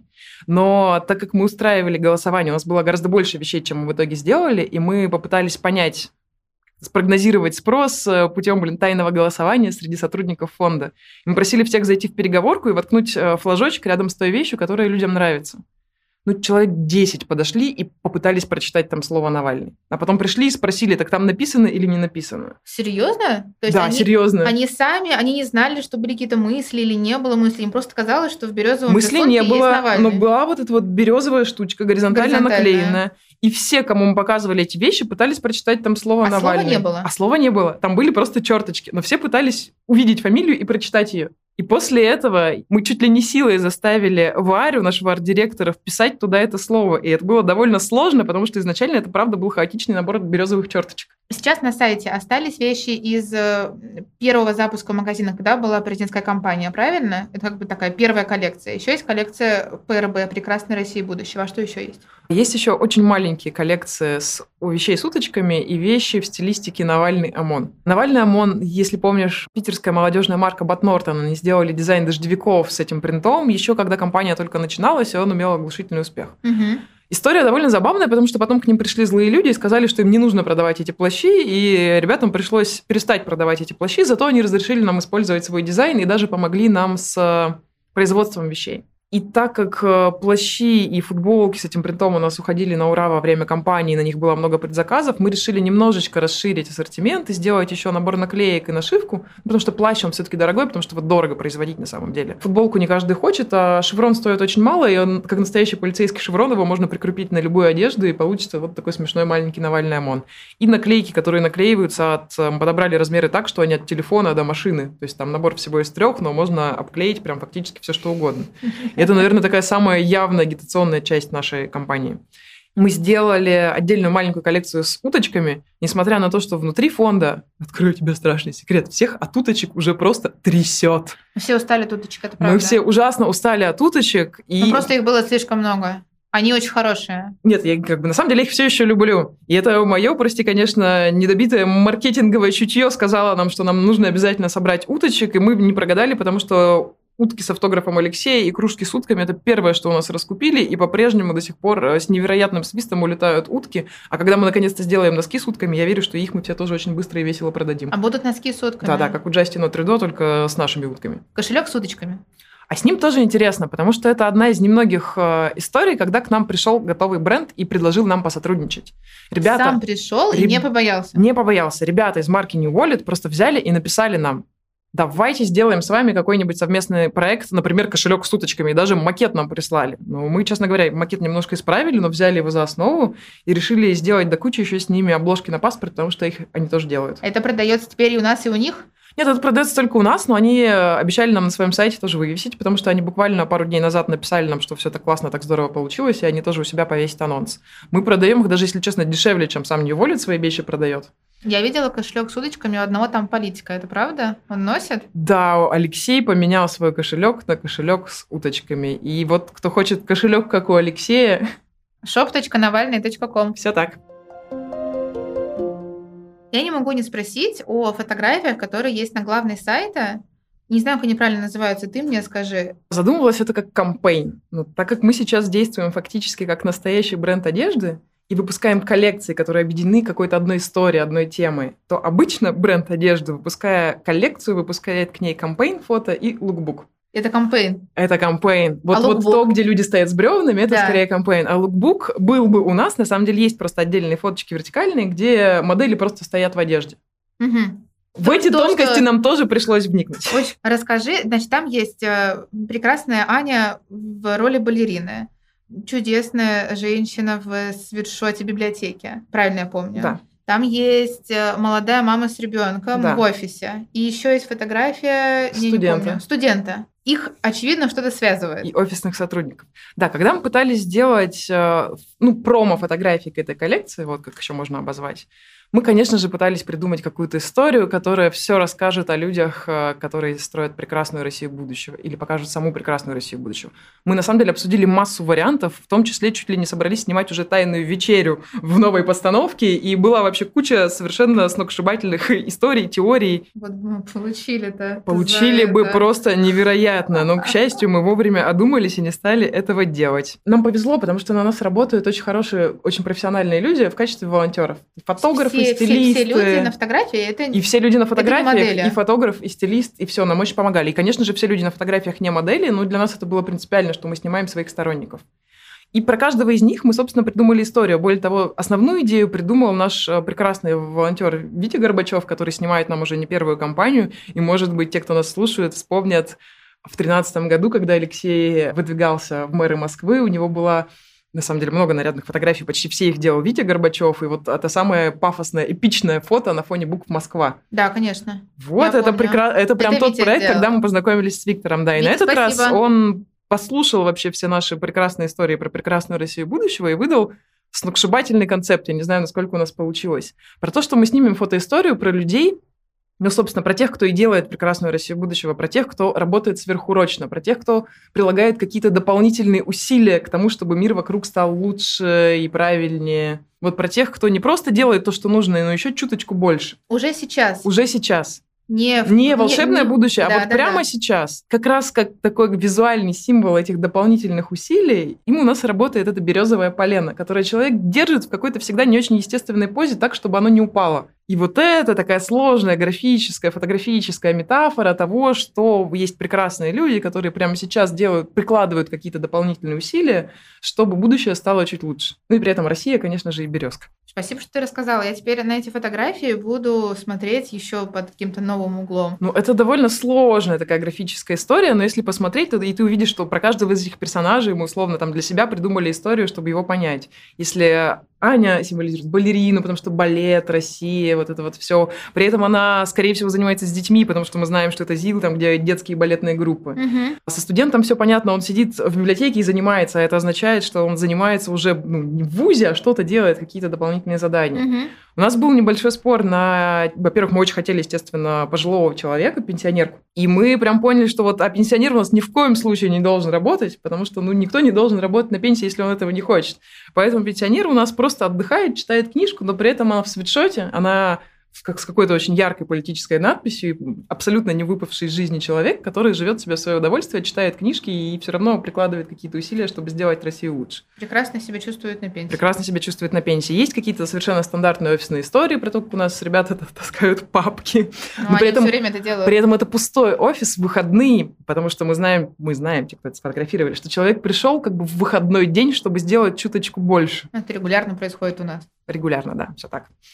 Speaker 2: Но так как мы устраивали голосование, у нас было гораздо больше вещей, чем мы в итоге сделали, и мы попытались понять, спрогнозировать спрос путем, блин, тайного голосования среди сотрудников фонда. Мы просили всех зайти в переговорку и воткнуть флажочек рядом с той вещью, которая людям нравится. Ну, человек десять подошли и попытались прочитать там слово «Навальный». А потом пришли и спросили, так там написано или не написано.
Speaker 1: Серьезно? То есть
Speaker 2: да,
Speaker 1: они,
Speaker 2: серьезно.
Speaker 1: Они сами, они не знали, что были какие-то мысли или не было мыслей. Им просто казалось, что в березовом
Speaker 2: мысли не
Speaker 1: есть
Speaker 2: было,
Speaker 1: Навальный.
Speaker 2: но была вот эта вот березовая штучка, горизонтально наклеенная. И все, кому мы показывали эти вещи, пытались прочитать там слово
Speaker 1: а
Speaker 2: «Навальный».
Speaker 1: А слова не было?
Speaker 2: А слова не было. Там были просто черточки. Но все пытались увидеть фамилию и прочитать ее. И после этого мы чуть ли не силой заставили Варю, нашего арт-директора, вписать туда это слово. И это было довольно сложно, потому что изначально это, правда, был хаотичный набор березовых черточек.
Speaker 1: Сейчас на сайте остались вещи из первого запуска магазина, когда была президентская кампания, правильно? Это как бы такая первая коллекция. Еще есть коллекция ПРБ «Прекрасной России будущего». А что еще есть?
Speaker 2: Есть еще очень маленькие коллекции с вещей с уточками и вещи в стилистике Навальный ОМОН. Навальный ОМОН, если помнишь, питерская молодежная марка Бат Нортон, они сделали дизайн дождевиков с этим принтом, еще когда компания только начиналась, и он имел оглушительный успех.
Speaker 1: Угу.
Speaker 2: История довольно забавная, потому что потом к ним пришли злые люди и сказали, что им не нужно продавать эти плащи, и ребятам пришлось перестать продавать эти плащи, зато они разрешили нам использовать свой дизайн и даже помогли нам с производством вещей. И так как плащи и футболки с этим принтом у нас уходили на ура во время кампании, на них было много предзаказов, мы решили немножечко расширить ассортимент и сделать еще набор наклеек и нашивку, потому что плащ, он все-таки дорогой, потому что его дорого производить на самом деле. Футболку не каждый хочет, а шеврон стоит очень мало, и он, как настоящий полицейский шеврон, его можно прикрепить на любую одежду, и получится вот такой смешной маленький Навальный ОМОН. И наклейки, которые наклеиваются, от, мы подобрали размеры так, что они от телефона до машины. То есть там набор всего из трех, но можно обклеить прям фактически все что угодно. Это, наверное, такая самая явная агитационная часть нашей компании. Мы сделали отдельную маленькую коллекцию с уточками, несмотря на то, что внутри фонда, открою тебе страшный секрет, всех от уточек уже просто трясет.
Speaker 1: Все устали от уточек, это правда.
Speaker 2: Мы все ужасно устали от уточек. И...
Speaker 1: Ну, просто их было слишком много. Они очень хорошие.
Speaker 2: Нет, я как бы на самом деле их все еще люблю. И это мое, прости, конечно, недобитое маркетинговое чутье сказала нам, что нам нужно обязательно собрать уточек, и мы не прогадали, потому что утки с автографом Алексея и кружки с утками – это первое, что у нас раскупили, и по-прежнему до сих пор с невероятным свистом улетают утки. А когда мы наконец-то сделаем носки с утками, я верю, что их мы все тоже очень быстро и весело продадим.
Speaker 1: А будут носки с утками?
Speaker 2: Да-да, как у Джастина Трюдо, только с нашими утками.
Speaker 1: Кошелек с уточками?
Speaker 2: А с ним тоже интересно, потому что это одна из немногих э, историй, когда к нам пришел готовый бренд и предложил нам посотрудничать. Ребята,
Speaker 1: Сам пришел и
Speaker 2: реб...
Speaker 1: не побоялся?
Speaker 2: Не побоялся. Ребята из марки New Wallet просто взяли и написали нам: давайте сделаем с вами какой-нибудь совместный проект, например, кошелек с уточками, и даже макет нам прислали. Ну, мы, честно говоря, макет немножко исправили, но взяли его за основу и решили сделать до кучи еще с ними обложки на паспорт, потому что их они тоже делают.
Speaker 1: Это продается теперь и у нас, и у них?
Speaker 2: Нет, это продается только у нас, но они обещали нам на своем сайте тоже вывесить, потому что они буквально пару дней назад написали нам, что все так классно, так здорово получилось, и они тоже у себя повесят анонс. Мы продаем их, даже если честно, дешевле, чем сам New Wallet свои вещи продает.
Speaker 1: Я видела кошелек с удочками у одного там политика. Это правда? Он носит?
Speaker 2: Да, Алексей поменял свой кошелек на кошелек с уточками. И вот кто хочет кошелек, как у Алексея...
Speaker 1: шоп точка навальный точка ком.
Speaker 2: Все так.
Speaker 1: Я не могу не спросить о фотографиях, которые есть на главной сайте. Не знаю, как они правильно называются, ты мне скажи.
Speaker 2: Задумывалось это как кампейн. Но так как мы сейчас действуем фактически как настоящий бренд одежды и выпускаем коллекции, которые объединены какой-то одной историей, одной темой, то обычно бренд одежды, выпуская коллекцию, выпускает к ней кампейн-фото и лукбук.
Speaker 1: Это кампейн.
Speaker 2: Это кампейн. Вот,
Speaker 1: А
Speaker 2: вот то, где люди стоят с бревнами, это
Speaker 1: Да.
Speaker 2: скорее кампейн. А лукбук был бы у нас, на самом деле, есть просто отдельные фоточки вертикальные, где модели просто стоят в одежде.
Speaker 1: Угу.
Speaker 2: В
Speaker 1: То-
Speaker 2: эти
Speaker 1: то,
Speaker 2: тонкости
Speaker 1: что-
Speaker 2: нам тоже пришлось вникнуть.
Speaker 1: Очень. Расскажи, значит, там есть э, прекрасная Аня в роли балерины. Чудесная женщина в свитшоте библиотеки. Правильно я помню?
Speaker 2: Да.
Speaker 1: Там есть э, молодая мама с ребенком
Speaker 2: Да.
Speaker 1: в офисе. И еще есть фотография я не
Speaker 2: Студента.
Speaker 1: помню, студента. Их, очевидно, что-то связывает.
Speaker 2: И офисных сотрудников. Да, когда мы пытались сделать э, ну, промо-фотографии к этой коллекции, вот как еще можно обозвать, мы, конечно же, пытались придумать какую-то историю, которая все расскажет о людях, э, которые строят прекрасную Россию будущего или покажут саму прекрасную Россию будущего. Мы, на самом деле, обсудили массу вариантов, в том числе чуть ли не собрались снимать уже «Тайную вечерю» в новой постановке, и была вообще куча совершенно сногсшибательных историй, теорий.
Speaker 1: Вот бы мы получили-то.
Speaker 2: Получили
Speaker 1: за
Speaker 2: бы
Speaker 1: это.
Speaker 2: просто невероятно, но, к счастью, мы вовремя одумались и не стали этого делать. Нам повезло, потому что на нас работают очень хорошие, очень профессиональные люди в качестве волонтеров. Фотографы,
Speaker 1: все,
Speaker 2: стилисты.
Speaker 1: Все, все люди на фотографии, это
Speaker 2: И все люди на
Speaker 1: не модели.
Speaker 2: фотографиях, и фотограф, и стилист, и все, нам очень помогали. И, конечно же, все люди на фотографиях не модели, но для нас это было принципиально, что мы снимаем своих сторонников. И про каждого из них мы, собственно, придумали историю. Более того, основную идею придумал наш э, прекрасный волонтер Витя Горбачев, который снимает нам уже не первую кампанию. И, может быть, те, кто нас слушает, вспомнят в две тысячи тринадцатом году, когда Алексей выдвигался в мэры Москвы, у него была, на самом деле, много нарядных фотографий, почти все их делал Витя Горбачев, и вот это самое пафосное, эпичное фото на фоне букв «Москва».
Speaker 1: Да, конечно.
Speaker 2: Вот,
Speaker 1: Я
Speaker 2: это,
Speaker 1: помню.
Speaker 2: прекра... это прям
Speaker 1: Это
Speaker 2: тот
Speaker 1: Витя
Speaker 2: проект,
Speaker 1: сделал.
Speaker 2: когда мы познакомились с Виктором, да, и
Speaker 1: Витя,
Speaker 2: на этот раз
Speaker 1: спасибо.
Speaker 2: он послушал вообще все наши прекрасные истории про прекрасную Россию будущего и выдал сногсшибательный концепт, я не знаю, насколько у нас получилось, про то, что мы снимем фотоисторию про людей, ну, собственно, про тех, кто и делает прекрасную Россию будущего, про тех, кто работает сверхурочно, про тех, кто прилагает какие-то дополнительные усилия к тому, чтобы мир вокруг стал лучше и правильнее. Вот про тех, кто не просто делает то, что нужно, но еще чуточку больше.
Speaker 1: Уже сейчас.
Speaker 2: Уже сейчас.
Speaker 1: Не, в-
Speaker 2: Не волшебное
Speaker 1: не-
Speaker 2: будущее,
Speaker 1: да,
Speaker 2: а вот
Speaker 1: да,
Speaker 2: прямо
Speaker 1: да.
Speaker 2: сейчас, как раз как такой визуальный символ этих дополнительных усилий, им у нас работает это березовое полено, которое человек держит в какой-то всегда не очень естественной позе так, чтобы оно не упало. И вот это такая сложная графическая, фотографическая метафора того, что есть прекрасные люди, которые прямо сейчас делают, прикладывают какие-то дополнительные усилия, чтобы будущее стало чуть лучше. Ну и при этом Россия, конечно же, и березка.
Speaker 1: Спасибо, что ты рассказала. Я теперь на эти фотографии буду смотреть еще под каким-то новым углом.
Speaker 2: Ну, это довольно сложная такая графическая история, но если посмотреть, то и ты увидишь, что про каждого из этих персонажей мы условно там для себя придумали историю, чтобы его понять. Если Аня символизирует балерину, потому что балет, Россия, вот это вот все. При этом она, скорее всего, занимается с детьми, потому что мы знаем, что это ЗИЛ, там, где детские балетные группы.
Speaker 1: Мгм.
Speaker 2: Со студентом все понятно, он сидит в библиотеке и занимается, а это означает, что он занимается уже ну, не в вузе, а что-то делает, какие-то дополнительные задания.
Speaker 1: Мгм.
Speaker 2: У нас был небольшой спор на... Во-первых, мы очень хотели, естественно, пожилого человека, пенсионерку. И мы прям поняли, что вот а пенсионер у нас ни в коем случае не должен работать, потому что ну, никто не должен работать на пенсии, если он этого не хочет. Поэтому пенсионер у нас просто отдыхает, читает книжку, но при этом она в свитшоте, она как с какой-то очень яркой политической надписью, абсолютно не выпавший из жизни человек, который живет себе в свое удовольствие, читает книжки и все равно прикладывает какие-то усилия, чтобы сделать Россию лучше.
Speaker 1: Прекрасно себя чувствует на пенсии.
Speaker 2: Прекрасно себя чувствует на пенсии. Есть какие-то совершенно стандартные офисные истории про то, как у нас ребята таскают папки.
Speaker 1: Но
Speaker 2: Но
Speaker 1: они
Speaker 2: при этом,
Speaker 1: все время это делают.
Speaker 2: при этом это пустой офис в выходные, потому что мы знаем, мы знаем, те, кто это сфотографировали, что человек пришел как бы в выходной день, чтобы сделать чуточку больше.
Speaker 1: Это регулярно происходит у нас.
Speaker 2: Регулярно, да, все так.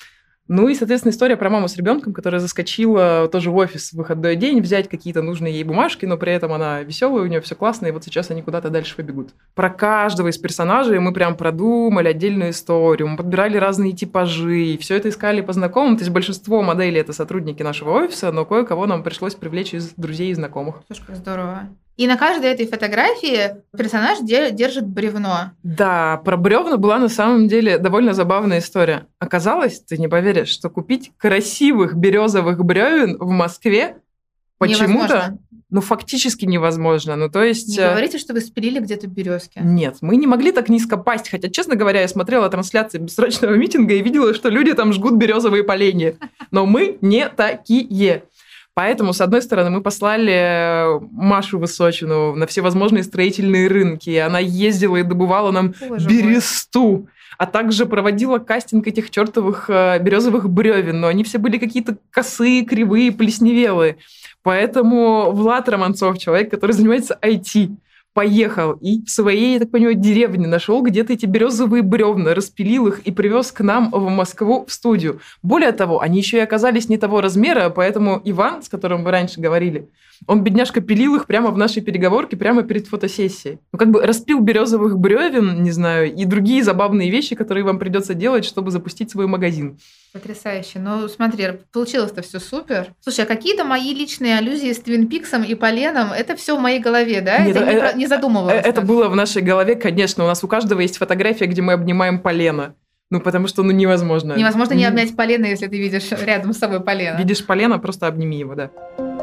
Speaker 2: Ну и, соответственно, история про маму с ребенком, которая заскочила тоже в офис в выходной день взять какие-то нужные ей бумажки, но при этом она веселая, у нее все классно, и вот сейчас они куда-то дальше побегут. Про каждого из персонажей мы прям продумали отдельную историю, мы подбирали разные типажи, все это искали по знакомым, то есть большинство моделей это сотрудники нашего офиса, но кое-кого нам пришлось привлечь из друзей и знакомых.
Speaker 1: Слушай, как здорово. И на каждой этой фотографии персонаж держит бревно.
Speaker 2: Да, про бревна была на самом деле довольно забавная история. Оказалось, ты не поверишь, что купить красивых березовых бревен в Москве почему-то,
Speaker 1: невозможно.
Speaker 2: ну, фактически невозможно. Ну, то есть...
Speaker 1: Не говорите, что вы спилили где-то березки.
Speaker 2: Нет, мы не могли так низко пасть. Хотя, честно говоря, я смотрела трансляции бессрочного митинга и видела, что люди там жгут березовые поленья. Но мы не такие. Поэтому, с одной стороны, мы послали Машу Высочину на всевозможные строительные рынки. Она ездила и добывала нам
Speaker 1: Боже
Speaker 2: бересту, мой. А также проводила кастинг этих чертовых березовых бревен. Но они все были какие-то косые, кривые, плесневелые. Поэтому Влад Романцов, человек, который занимается ай ти, поехал и в своей, я так понимаю, деревне нашел где-то эти березовые бревна, распилил их и привез к нам в Москву в студию. Более того, они еще и оказались не того размера, поэтому Иван, с которым вы раньше говорили, он, бедняжка, пилил их прямо в нашей переговорке, прямо перед фотосессией. Ну, как бы распил березовых бревен, не знаю, и другие забавные вещи, которые вам придется делать, чтобы запустить свой магазин.
Speaker 1: Потрясающе. Ну, смотри, получилось-то все супер. Слушай, а какие-то мои личные аллюзии с Твин Пиксом и поленом, это все в моей голове, да?
Speaker 2: Нет,
Speaker 1: это,
Speaker 2: это,
Speaker 1: не, не задумывалась.
Speaker 2: Это
Speaker 1: так.
Speaker 2: было в нашей голове, конечно. У нас у каждого есть фотография, где мы обнимаем полено. Ну, потому что, ну, невозможно.
Speaker 1: Невозможно не обнять полено, если ты видишь рядом с собой полено.
Speaker 2: Видишь полено, просто обними его, да.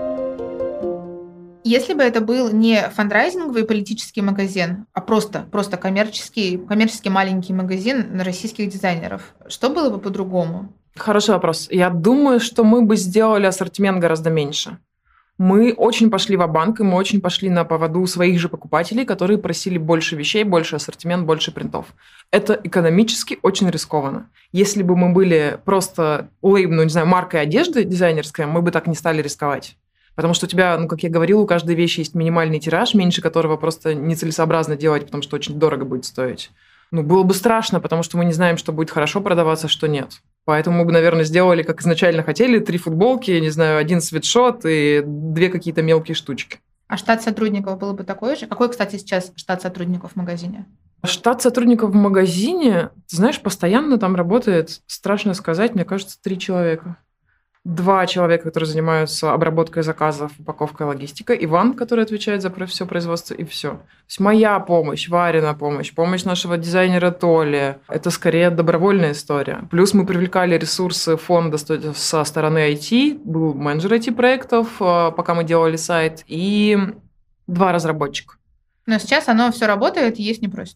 Speaker 1: Если бы это был не фандрайзинговый политический магазин, а просто, просто коммерческий, коммерческий маленький магазин российских дизайнеров, что было бы по-другому?
Speaker 2: Хороший вопрос. Я думаю, что мы бы сделали ассортимент гораздо меньше. Мы очень пошли ва-банк, и мы очень пошли на поводу своих же покупателей, которые просили больше вещей, больше ассортимент, больше принтов. Это экономически очень рискованно. Если бы мы были просто лейбл, ну, не знаю, маркой одежды дизайнерской, мы бы так не стали рисковать. Потому что у тебя, ну, как я говорила, у каждой вещи есть минимальный тираж, меньше которого просто нецелесообразно делать, потому что очень дорого будет стоить. Ну, было бы страшно, потому что мы не знаем, что будет хорошо продаваться, что нет. Поэтому мы бы, наверное, сделали, как изначально хотели, три футболки, не знаю, один свитшот и две какие-то мелкие штучки.
Speaker 1: А штат сотрудников был бы такой же? Какой, кстати, сейчас штат сотрудников в магазине?
Speaker 2: Штат сотрудников в магазине, ты знаешь, постоянно там работает, страшно сказать, мне кажется, три человека. Два человека, которые занимаются обработкой заказов, упаковкой, логистикой. Иван, который отвечает за все производство, и все. То есть моя помощь, Варина помощь, помощь нашего дизайнера Толи. Это скорее добровольная история. Плюс мы привлекали ресурсы фонда со стороны ай ти. Был менеджер ай ти-проектов, пока мы делали сайт, и два разработчика.
Speaker 1: Но сейчас оно все работает, и есть не просит.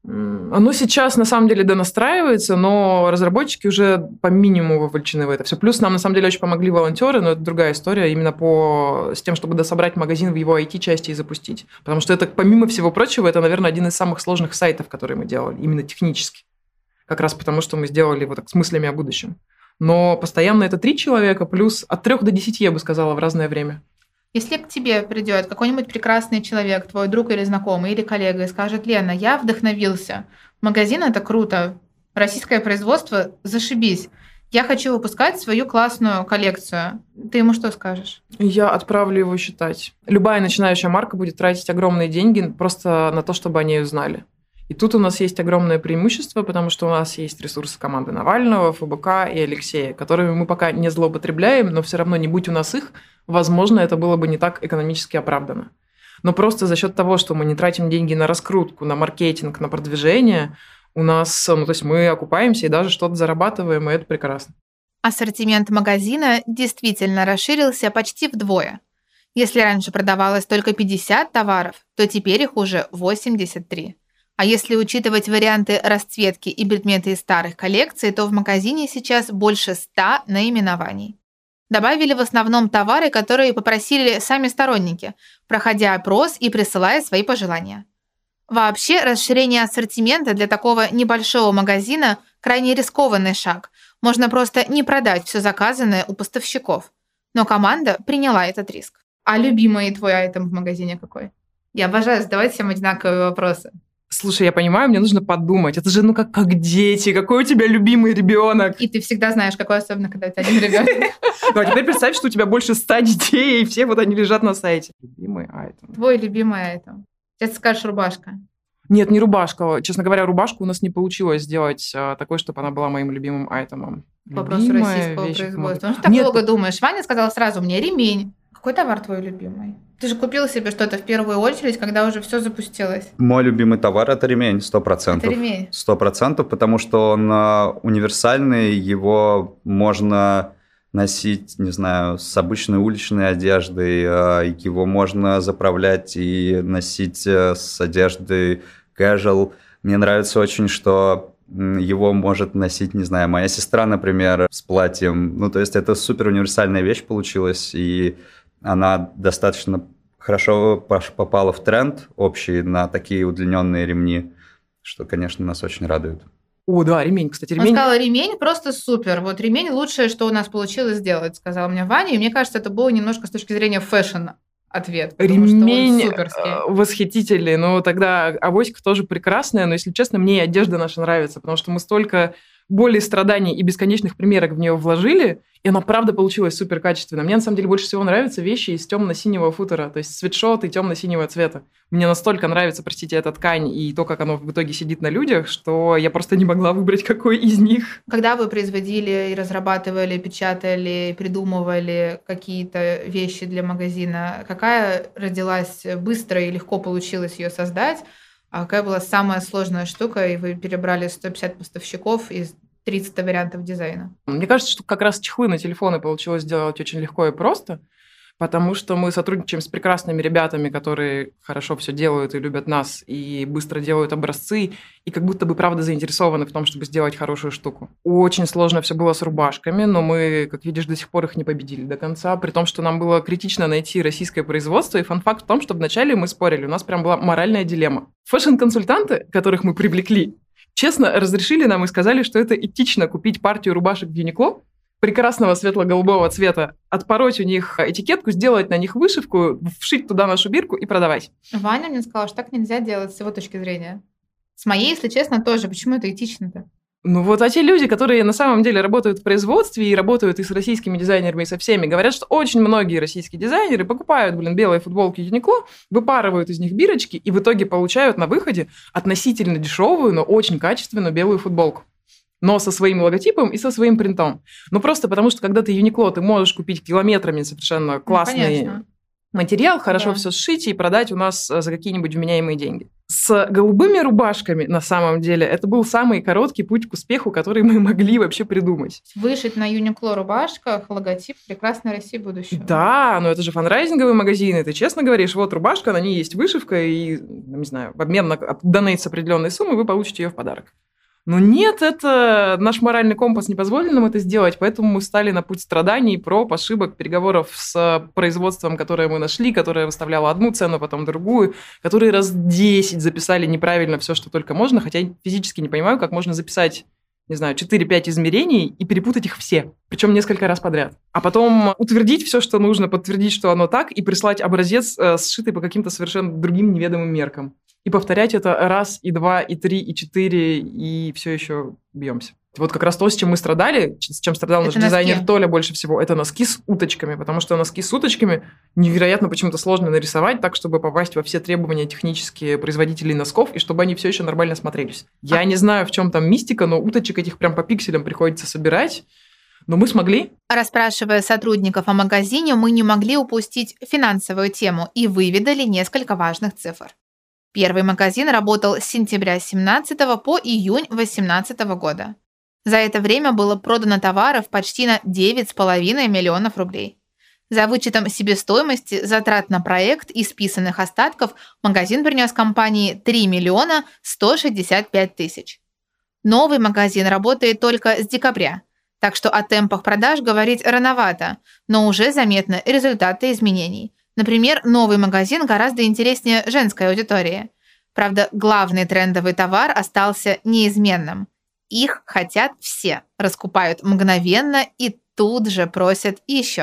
Speaker 2: Оно сейчас, на самом деле, донастраивается, но разработчики уже по минимуму вовлечены в это все. Плюс нам, на самом деле, очень помогли волонтеры, но это другая история, именно по... с тем, чтобы дособрать магазин в его ай ти-части и запустить. Потому что это, помимо всего прочего, это, наверное, один из самых сложных сайтов, которые мы делали, именно технически. Как раз потому, что мы сделали его так с мыслями о будущем. Но постоянно это три человека, плюс от трех до десяти, я бы сказала, в разное время.
Speaker 1: Если к тебе придет какой-нибудь прекрасный человек, твой друг или знакомый, или коллега, и скажет: Лена, я вдохновился, магазин – это круто, российское производство – зашибись, я хочу выпускать свою классную коллекцию, ты ему что скажешь?
Speaker 2: Я отправлю его считать. Любая начинающая марка будет тратить огромные деньги просто на то, чтобы о ней узнали. И тут у нас есть огромное преимущество, потому что у нас есть ресурсы команды Навального, эф бэ ка и Алексея, которыми мы пока не злоупотребляем, но все равно, не будь у нас их, возможно, это было бы не так экономически оправдано. Но просто за счет того, что мы не тратим деньги на раскрутку, на маркетинг, на продвижение, у нас, ну, то есть мы окупаемся и даже что-то зарабатываем, и это прекрасно.
Speaker 1: Ассортимент магазина действительно расширился почти вдвое. Если раньше продавалось только пятьдесят товаров, то теперь их уже восемьдесят три. А если учитывать варианты расцветки и предметы из старых коллекций, то в магазине сейчас больше ста наименований. Добавили в основном товары, которые попросили сами сторонники, проходя опрос и присылая свои пожелания. Вообще, расширение ассортимента для такого небольшого магазина – крайне рискованный шаг. Можно просто не продать все заказанное у поставщиков. Но команда приняла этот риск. А любимый твой айтем в магазине какой? Я обожаю задавать всем одинаковые вопросы.
Speaker 2: Слушай, я понимаю, мне нужно подумать. Это же, ну, как, как дети. Какой у тебя любимый ребенок?
Speaker 1: И ты всегда знаешь, какой, особенно, когда у тебя один ребенок.
Speaker 2: Ну, а теперь представь, что у тебя больше ста детей, и все вот они лежат на сайте. Любимый айтем.
Speaker 1: Твой любимый айтем. Сейчас скажешь рубашка.
Speaker 2: Нет, не рубашка. Честно говоря, рубашку у нас не получилось сделать а, такой, чтобы она была моим любимым айтемом.
Speaker 1: По вопросу
Speaker 2: Любимая
Speaker 1: российского
Speaker 2: вещь,
Speaker 1: производства.
Speaker 2: много-
Speaker 1: Ну, что так
Speaker 2: Нет,
Speaker 1: долго думаешь? Ваня сказала сразу мне ремень. Какой товар твой любимый? Ты же купил себе что-то в первую очередь, когда уже все запустилось.
Speaker 3: Мой любимый товар – это ремень, сто процентов.
Speaker 1: Это ремень.
Speaker 3: Сто процентов, потому что он а, универсальный, его можно носить, не знаю, с обычной уличной одеждой, а, его можно заправлять и носить а, с одеждой casual. Мне нравится очень, что м, его может носить, не знаю, моя сестра, например, с платьем. Ну, то есть это супер универсальная вещь получилась, и она достаточно хорошо пош- попала в тренд общий на такие удлиненные ремни, что, конечно, нас очень радует.
Speaker 2: О, да, ремень, кстати,
Speaker 1: Он
Speaker 2: ремень.
Speaker 1: сказал, ремень просто супер. Вот ремень лучшее, что у нас получилось сделать, сказал мне Ваня. И мне кажется, это было немножко с точки зрения фэшна ответ. Потому
Speaker 2: Ремень
Speaker 1: что он суперский.
Speaker 2: э, восхитительный. Но тогда авоська тоже прекрасная, но, если честно, мне и одежда наша нравится, потому что мы столько боли, страданий и бесконечных примерок в нее вложили, и она правда получилась супер качественная. Мне на самом деле больше всего нравятся вещи из темно-синего футера, то есть свитшоты темно-синего цвета. Мне настолько нравится, простите, эта ткань и то, как оно в итоге сидит на людях, что я просто не могла выбрать, какой из них.
Speaker 1: Когда вы производили и разрабатывали, печатали, придумывали какие-то вещи для магазина, какая родилась быстро и легко получилось ее создать, а какая была самая сложная штука, и вы перебрали сто пятьдесят поставщиков из тридцать вариантов дизайна?
Speaker 2: Мне кажется, что как раз чехлы на телефоны получилось сделать очень легко и просто, потому что мы сотрудничаем с прекрасными ребятами, которые хорошо все делают и любят нас, и быстро делают образцы, и как будто бы правда заинтересованы в том, чтобы сделать хорошую штуку. Очень сложно все было с рубашками, но мы, как видишь, до сих пор их не победили до конца, при том, что нам было критично найти российское производство, и фан-факт в том, что вначале мы спорили, у нас прям была моральная дилемма. Фэшн-консультанты, которых мы привлекли, честно разрешили нам и сказали, что это этично купить партию рубашек в Uniqlo, прекрасного светло-голубого цвета, отпороть у них этикетку, сделать на них вышивку, вшить туда нашу бирку и продавать.
Speaker 1: Ваня мне сказала, что так нельзя делать с его точки зрения. С моей, если честно, тоже. Почему это этично-то?
Speaker 2: Ну вот, а те люди, которые на самом деле работают в производстве и работают и с российскими дизайнерами, и со всеми, говорят, что очень многие российские дизайнеры покупают, блин, белые футболки Uniqlo, выпарывают из них бирочки и в итоге получают на выходе относительно дешевую, но очень качественную белую футболку. Но со своим логотипом и со своим принтом. Ну просто потому, что когда ты Uniqlo, ты можешь купить километрами совершенно классный
Speaker 1: Ну,
Speaker 2: материал, хорошо
Speaker 1: Да.
Speaker 2: все сшить и продать у нас за какие-нибудь вменяемые деньги. С голубыми рубашками, на самом деле, это был самый короткий путь к успеху, который мы могли вообще придумать.
Speaker 1: Вышить на Uniqlo рубашках логотип «Прекрасной России будущего».
Speaker 2: Да, но это же фанрайзинговые магазины. Ты честно говоришь, вот рубашка, на ней есть вышивка, и, не знаю, в обмен на донейт с определенной суммой вы получите ее в подарок. Но нет, это наш моральный компас не позволил нам это сделать, поэтому мы встали на путь страданий, проб, ошибок, переговоров с производством, которое мы нашли, которое выставляло одну цену, потом другую, которые раз десять записали неправильно все, что только можно, хотя я физически не понимаю, как можно записать, не знаю, четыре-пять измерений и перепутать их все, причем несколько раз подряд. А потом утвердить все, что нужно, подтвердить, что оно так, и прислать образец, э, сшитый по каким-то совершенно другим неведомым меркам. И повторять это раз, и два, и три, и четыре, и все еще бьемся. Вот как раз то, с чем мы страдали, с чем страдал
Speaker 1: Это
Speaker 2: наш дизайнер
Speaker 1: носки.
Speaker 2: Толя больше всего, это носки с уточками, потому что носки с уточками невероятно почему-то сложно нарисовать так, чтобы попасть во все требования технические производителей носков, и чтобы они все еще нормально смотрелись. Я
Speaker 1: А-
Speaker 2: не знаю, в чем там мистика, но уточек этих прям по пикселям приходится собирать, но мы смогли.
Speaker 1: Расспрашивая сотрудников о магазине, мы не могли упустить финансовую тему и выведали несколько важных цифр. Первый магазин работал с сентября семнадцатого по июнь восемнадцатого года. За это время было продано товаров почти на девять с половиной миллионов рублей. За вычетом себестоимости, затрат на проект и списанных остатков магазин принес компании три миллиона сто шестьдесят пять тысяч. Новый магазин работает только с декабря, так что о темпах продаж говорить рановато, но уже заметны результаты изменений. Например, новый магазин гораздо интереснее женской аудитории. Правда, главный трендовый товар остался неизменным. Их хотят все, раскупают мгновенно и тут же просят еще.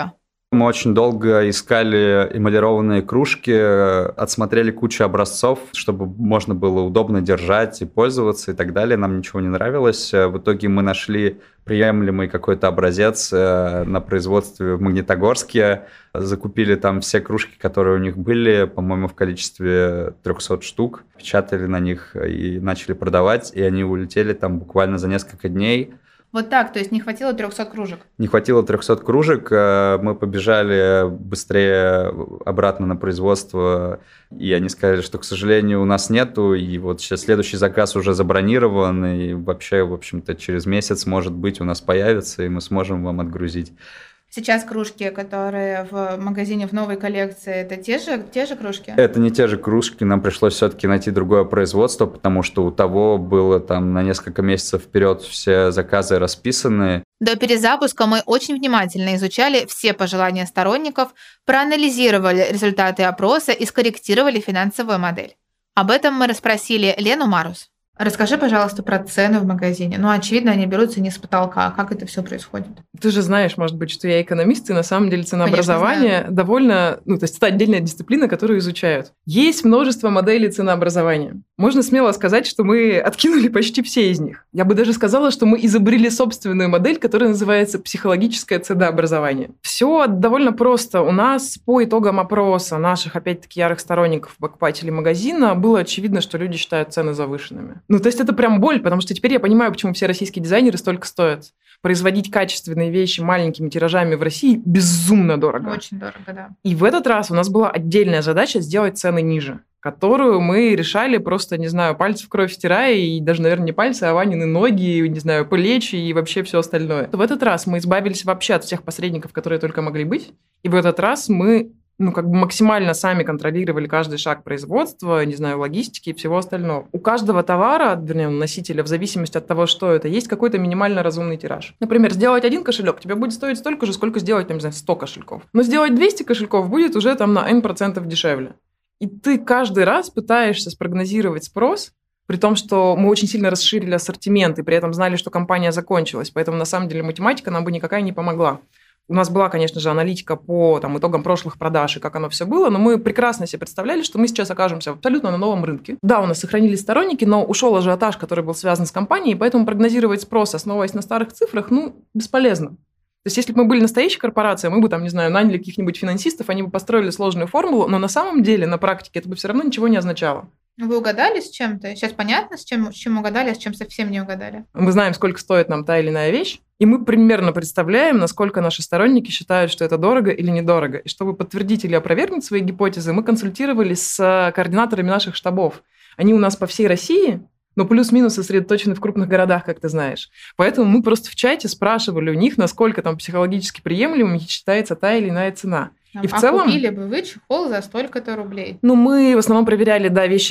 Speaker 3: Мы очень долго искали эмалированные кружки, отсмотрели кучу образцов, чтобы можно было удобно держать и пользоваться и так далее. Нам ничего не нравилось. В итоге мы нашли приемлемый какой-то образец на производстве в Магнитогорске. Закупили там все кружки, которые у них были, по-моему, в количестве триста штук. Печатали на них и начали продавать, и они улетели там буквально за несколько дней.
Speaker 1: Вот так, то есть не хватило трехсот кружек?
Speaker 3: Не хватило трехсот кружек, мы побежали быстрее обратно на производство, и они сказали, что, к сожалению, у нас нету, и вот сейчас следующий заказ уже забронирован, и вообще, в общем-то, через месяц, может быть, у нас появится, и мы сможем вам отгрузить.
Speaker 1: Сейчас кружки, которые в магазине в новой коллекции, это те же, те же кружки?
Speaker 3: Это не те же кружки, нам пришлось все-таки найти другое производство, потому что у того было там на несколько месяцев вперед все заказы расписаны.
Speaker 1: До перезапуска мы очень внимательно изучали все пожелания сторонников, проанализировали результаты опроса и скорректировали финансовую модель. Об этом мы расспросили Лену Марус. Расскажи, пожалуйста, про цены в магазине. Ну, очевидно, они берутся не с потолка. Как это все происходит?
Speaker 2: Ты же знаешь, может быть, что я экономист, и на самом деле ценообразование
Speaker 1: Конечно,
Speaker 2: довольно... Ну, то есть это отдельная дисциплина, которую изучают. Есть множество моделей ценообразования. Можно смело сказать, что мы откинули почти все из них. Я бы даже сказала, что мы изобрели собственную модель, которая называется психологическое ценообразование. Все довольно просто. У нас по итогам опроса наших, опять-таки, ярых сторонников, покупателей магазина, было очевидно, что люди считают цены завышенными. Ну, то есть это прям боль, потому что теперь я понимаю, почему все российские дизайнеры столько стоят. Производить качественные вещи маленькими тиражами в России безумно дорого.
Speaker 1: Очень дорого, да.
Speaker 2: И в этот раз у нас была отдельная задача сделать цены ниже, которую мы решали просто, не знаю, пальцы в кровь стирая, и даже, наверное, не пальцы, а Ванины ноги, не знаю, плечи и вообще все остальное. В этот раз мы избавились вообще от всех посредников, которые только могли быть, и в этот раз мы ну, как бы максимально сами контролировали каждый шаг производства, не знаю, логистики и всего остального. У каждого товара, вернее, носителя, в зависимости от того, что это, есть какой-то минимально разумный тираж. Например, сделать один кошелек тебе будет стоить столько же, сколько сделать, там, не знаю, сто кошельков. Но сделать двести кошельков будет уже там на N процентов дешевле. И ты каждый раз пытаешься спрогнозировать спрос, при том, что мы очень сильно расширили ассортимент и при этом знали, что компания закончилась. Поэтому, на самом деле, математика нам бы никакая не помогла. У нас была, конечно же, аналитика по там, итогам прошлых продаж и как оно все было, но мы прекрасно себе представляли, что мы сейчас окажемся абсолютно на новом рынке. Да, у нас сохранились сторонники, но ушел ажиотаж, который был связан с компанией, поэтому прогнозировать спрос, основываясь на старых цифрах, ну, бесполезно. То есть, если бы мы были настоящей корпорацией, мы бы, там, не знаю, наняли каких-нибудь финансистов, они бы построили сложную формулу, но на самом деле, на практике, это бы все равно ничего не означало.
Speaker 1: Вы угадали с чем-то? Сейчас понятно, с чем, с чем угадали, а с чем совсем не угадали?
Speaker 2: Мы знаем, сколько стоит нам та или иная вещь, и мы примерно представляем, насколько наши сторонники считают, что это дорого или недорого. И чтобы подтвердить или опровергнуть свои гипотезы, мы консультировались с координаторами наших штабов. Они у нас по всей России, но плюс-минус сосредоточены в крупных городах, как ты знаешь. Поэтому мы просто в чате спрашивали у них, насколько там психологически приемлемым считается та или иная цена. И
Speaker 1: а
Speaker 2: в целом,
Speaker 1: купили бы вы чехол за столько-то рублей?
Speaker 2: Ну, мы в основном проверяли, да, вещи,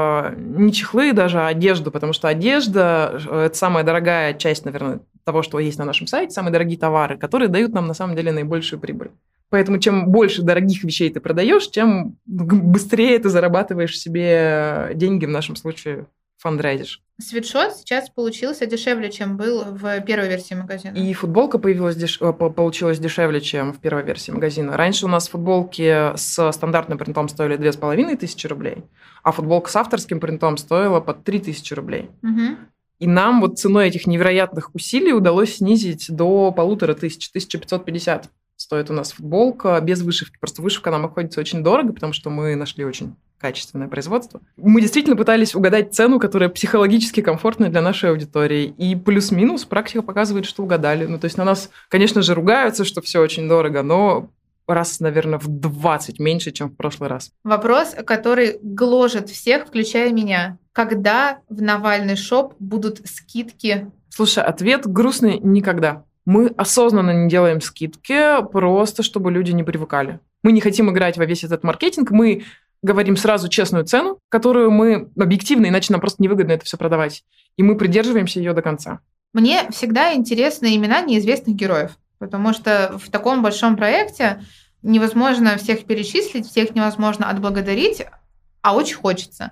Speaker 2: не чехлы даже, а одежду, потому что одежда – это самая дорогая часть, наверное, того, что есть на нашем сайте, самые дорогие товары, которые дают нам, на самом деле, наибольшую прибыль. Поэтому чем больше дорогих вещей ты продаешь, тем быстрее ты зарабатываешь себе деньги, в нашем случае фандрайзишь.
Speaker 1: Свитшот сейчас получился дешевле, чем был в первой версии магазина.
Speaker 2: И футболка появилась деш... получилась дешевле, чем в первой версии магазина. Раньше у нас футболки с стандартным принтом стоили две тысячи пятьсот рублей, а футболка с авторским принтом стоила под три тысячи рублей.
Speaker 1: Угу.
Speaker 2: И нам вот ценой этих невероятных усилий удалось снизить до полутора тысяч, тысяча пятьсот пятьдесят стоит у нас футболка без вышивки. Просто вышивка нам обходится очень дорого, потому что мы нашли очень качественное производство. Мы действительно пытались угадать цену, которая психологически комфортная для нашей аудитории. И плюс-минус практика показывает, что угадали. Ну, то есть на нас, конечно же, ругаются, что все очень дорого, но раз, наверное, в двадцать меньше, чем в прошлый раз.
Speaker 1: Вопрос, который гложет всех, включая меня. Когда в Навальный шоп будут скидки?
Speaker 2: Слушай, ответ грустный – никогда. Мы осознанно не делаем скидки, просто чтобы люди не привыкали. Мы не хотим играть во весь этот маркетинг, мы говорим сразу честную цену, которую мы объективно, иначе нам просто невыгодно это все продавать. И мы придерживаемся ее до конца.
Speaker 1: Мне всегда интересны имена неизвестных героев, потому что в таком большом проекте невозможно всех перечислить, всех невозможно отблагодарить, а очень хочется.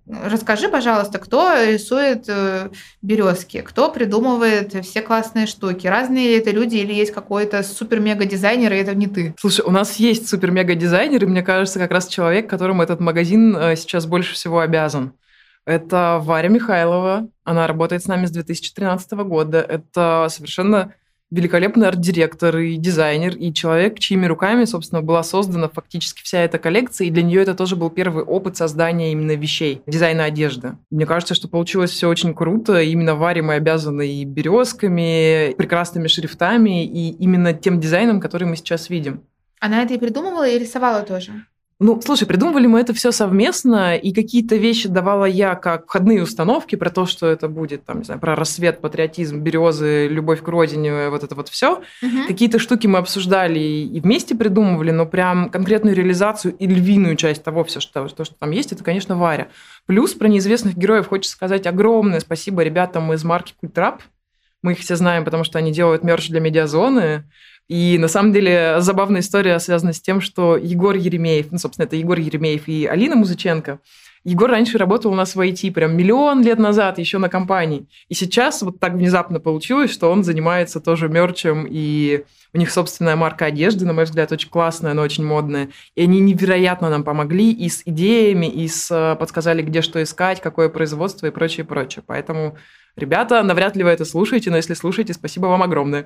Speaker 1: Расскажи, пожалуйста, кто рисует э, березки, кто придумывает все классные штуки? Разные ли это люди или есть какой-то супер-мега-дизайнер, и это не ты?
Speaker 2: Слушай, у нас есть супер-мега-дизайнер, и мне кажется, как раз человек, которому этот магазин э, сейчас больше всего обязан. Это Варя Михайлова. Она работает с нами с две тысячи тринадцатого года. Это совершенно великолепный арт-директор и дизайнер, и человек, чьими руками, собственно, была создана фактически вся эта коллекция, и для нее это тоже был первый опыт создания именно вещей, дизайна одежды. Мне кажется, что получилось все очень круто. Именно Варе мы обязаны и березками, прекрасными шрифтами, и именно тем дизайном, который мы сейчас видим.
Speaker 1: Она это и придумывала, и рисовала тоже?
Speaker 2: Ну, слушай, придумывали мы это все совместно, и какие-то вещи давала я как входные установки про то, что это будет, там, не знаю, про рассвет, патриотизм, березы, любовь к родине, вот это вот все.
Speaker 1: Угу.
Speaker 2: Какие-то штуки мы обсуждали и вместе придумывали, но прям конкретную реализацию и львиную часть того, все, что, то, что там есть, это, конечно, Варя. Плюс про неизвестных героев хочется сказать огромное спасибо ребятам из марки Культрап. Мы их все знаем, потому что они делают мерч для медиазоны. И на самом деле забавная история связана с тем, что Егор Еремеев, ну, собственно, это Егор Еремеев и Алина Музыченко. Егор раньше работал у нас в ай ти прям миллион лет назад, еще на компании. И сейчас вот так внезапно получилось, что он занимается тоже мерчем, и у них собственная марка одежды, на мой взгляд, очень классная, но очень модная. И они невероятно нам помогли и с идеями, и с подсказали, где что искать, какое производство и прочее, прочее. Поэтому, ребята, навряд ли вы это слушаете, но если слушаете, спасибо вам огромное.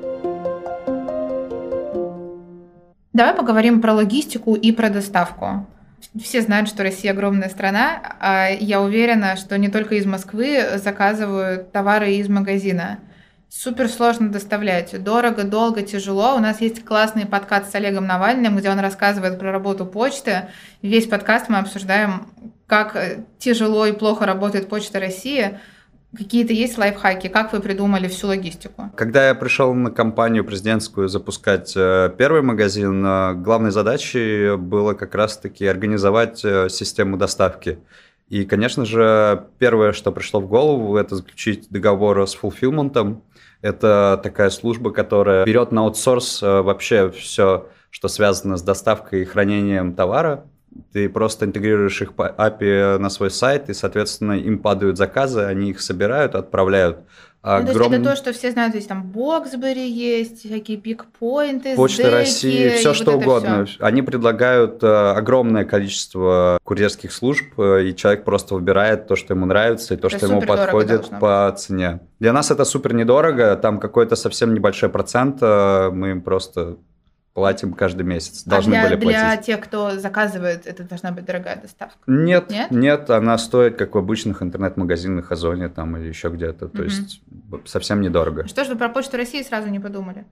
Speaker 1: Давай поговорим про логистику и про доставку. Все знают, что Россия огромная страна, а я уверена, что не только из Москвы заказывают товары из магазина. Супер сложно доставлять, дорого, долго, тяжело. У нас есть классный подкаст с Олегом Навальным, где он рассказывает про работу почты. Весь подкаст мы обсуждаем, как тяжело и плохо работает Почта России. Какие-то есть лайфхаки? Как вы придумали всю логистику?
Speaker 3: Когда я пришел на кампанию президентскую запускать первый магазин, главной задачей было как раз-таки организовать систему доставки. И, конечно же, первое, что пришло в голову, это заключить договор с фулфилментом. Это такая служба, которая берет на аутсорс вообще все, что связано с доставкой и хранением товара. Ты просто интегрируешь их по эй пи ай на свой сайт, и, соответственно, им падают заказы, они их собирают, отправляют.
Speaker 1: Ну,
Speaker 3: Огром...
Speaker 1: то есть это то, что все знают, то есть там Боксбери есть, всякие пикпоинты,
Speaker 3: Почта России, все что вот угодно. Все. Они предлагают э, огромное количество курьерских служб, э, и человек просто выбирает то, что ему нравится, и то, это что ему подходит по быть. Цене. Для нас это супер недорого, там какой-то совсем небольшой процент, э, мы им просто... платим каждый месяц, должны
Speaker 1: а для,
Speaker 3: были платить.
Speaker 1: Для тех, кто заказывает, это должна быть дорогая доставка?
Speaker 3: Нет,
Speaker 1: нет,
Speaker 3: нет, она стоит, как в обычных интернет-магазинах, Озоне там или еще где-то, то mm-hmm. есть совсем недорого.
Speaker 1: Что ж вы про Почту России сразу не подумали?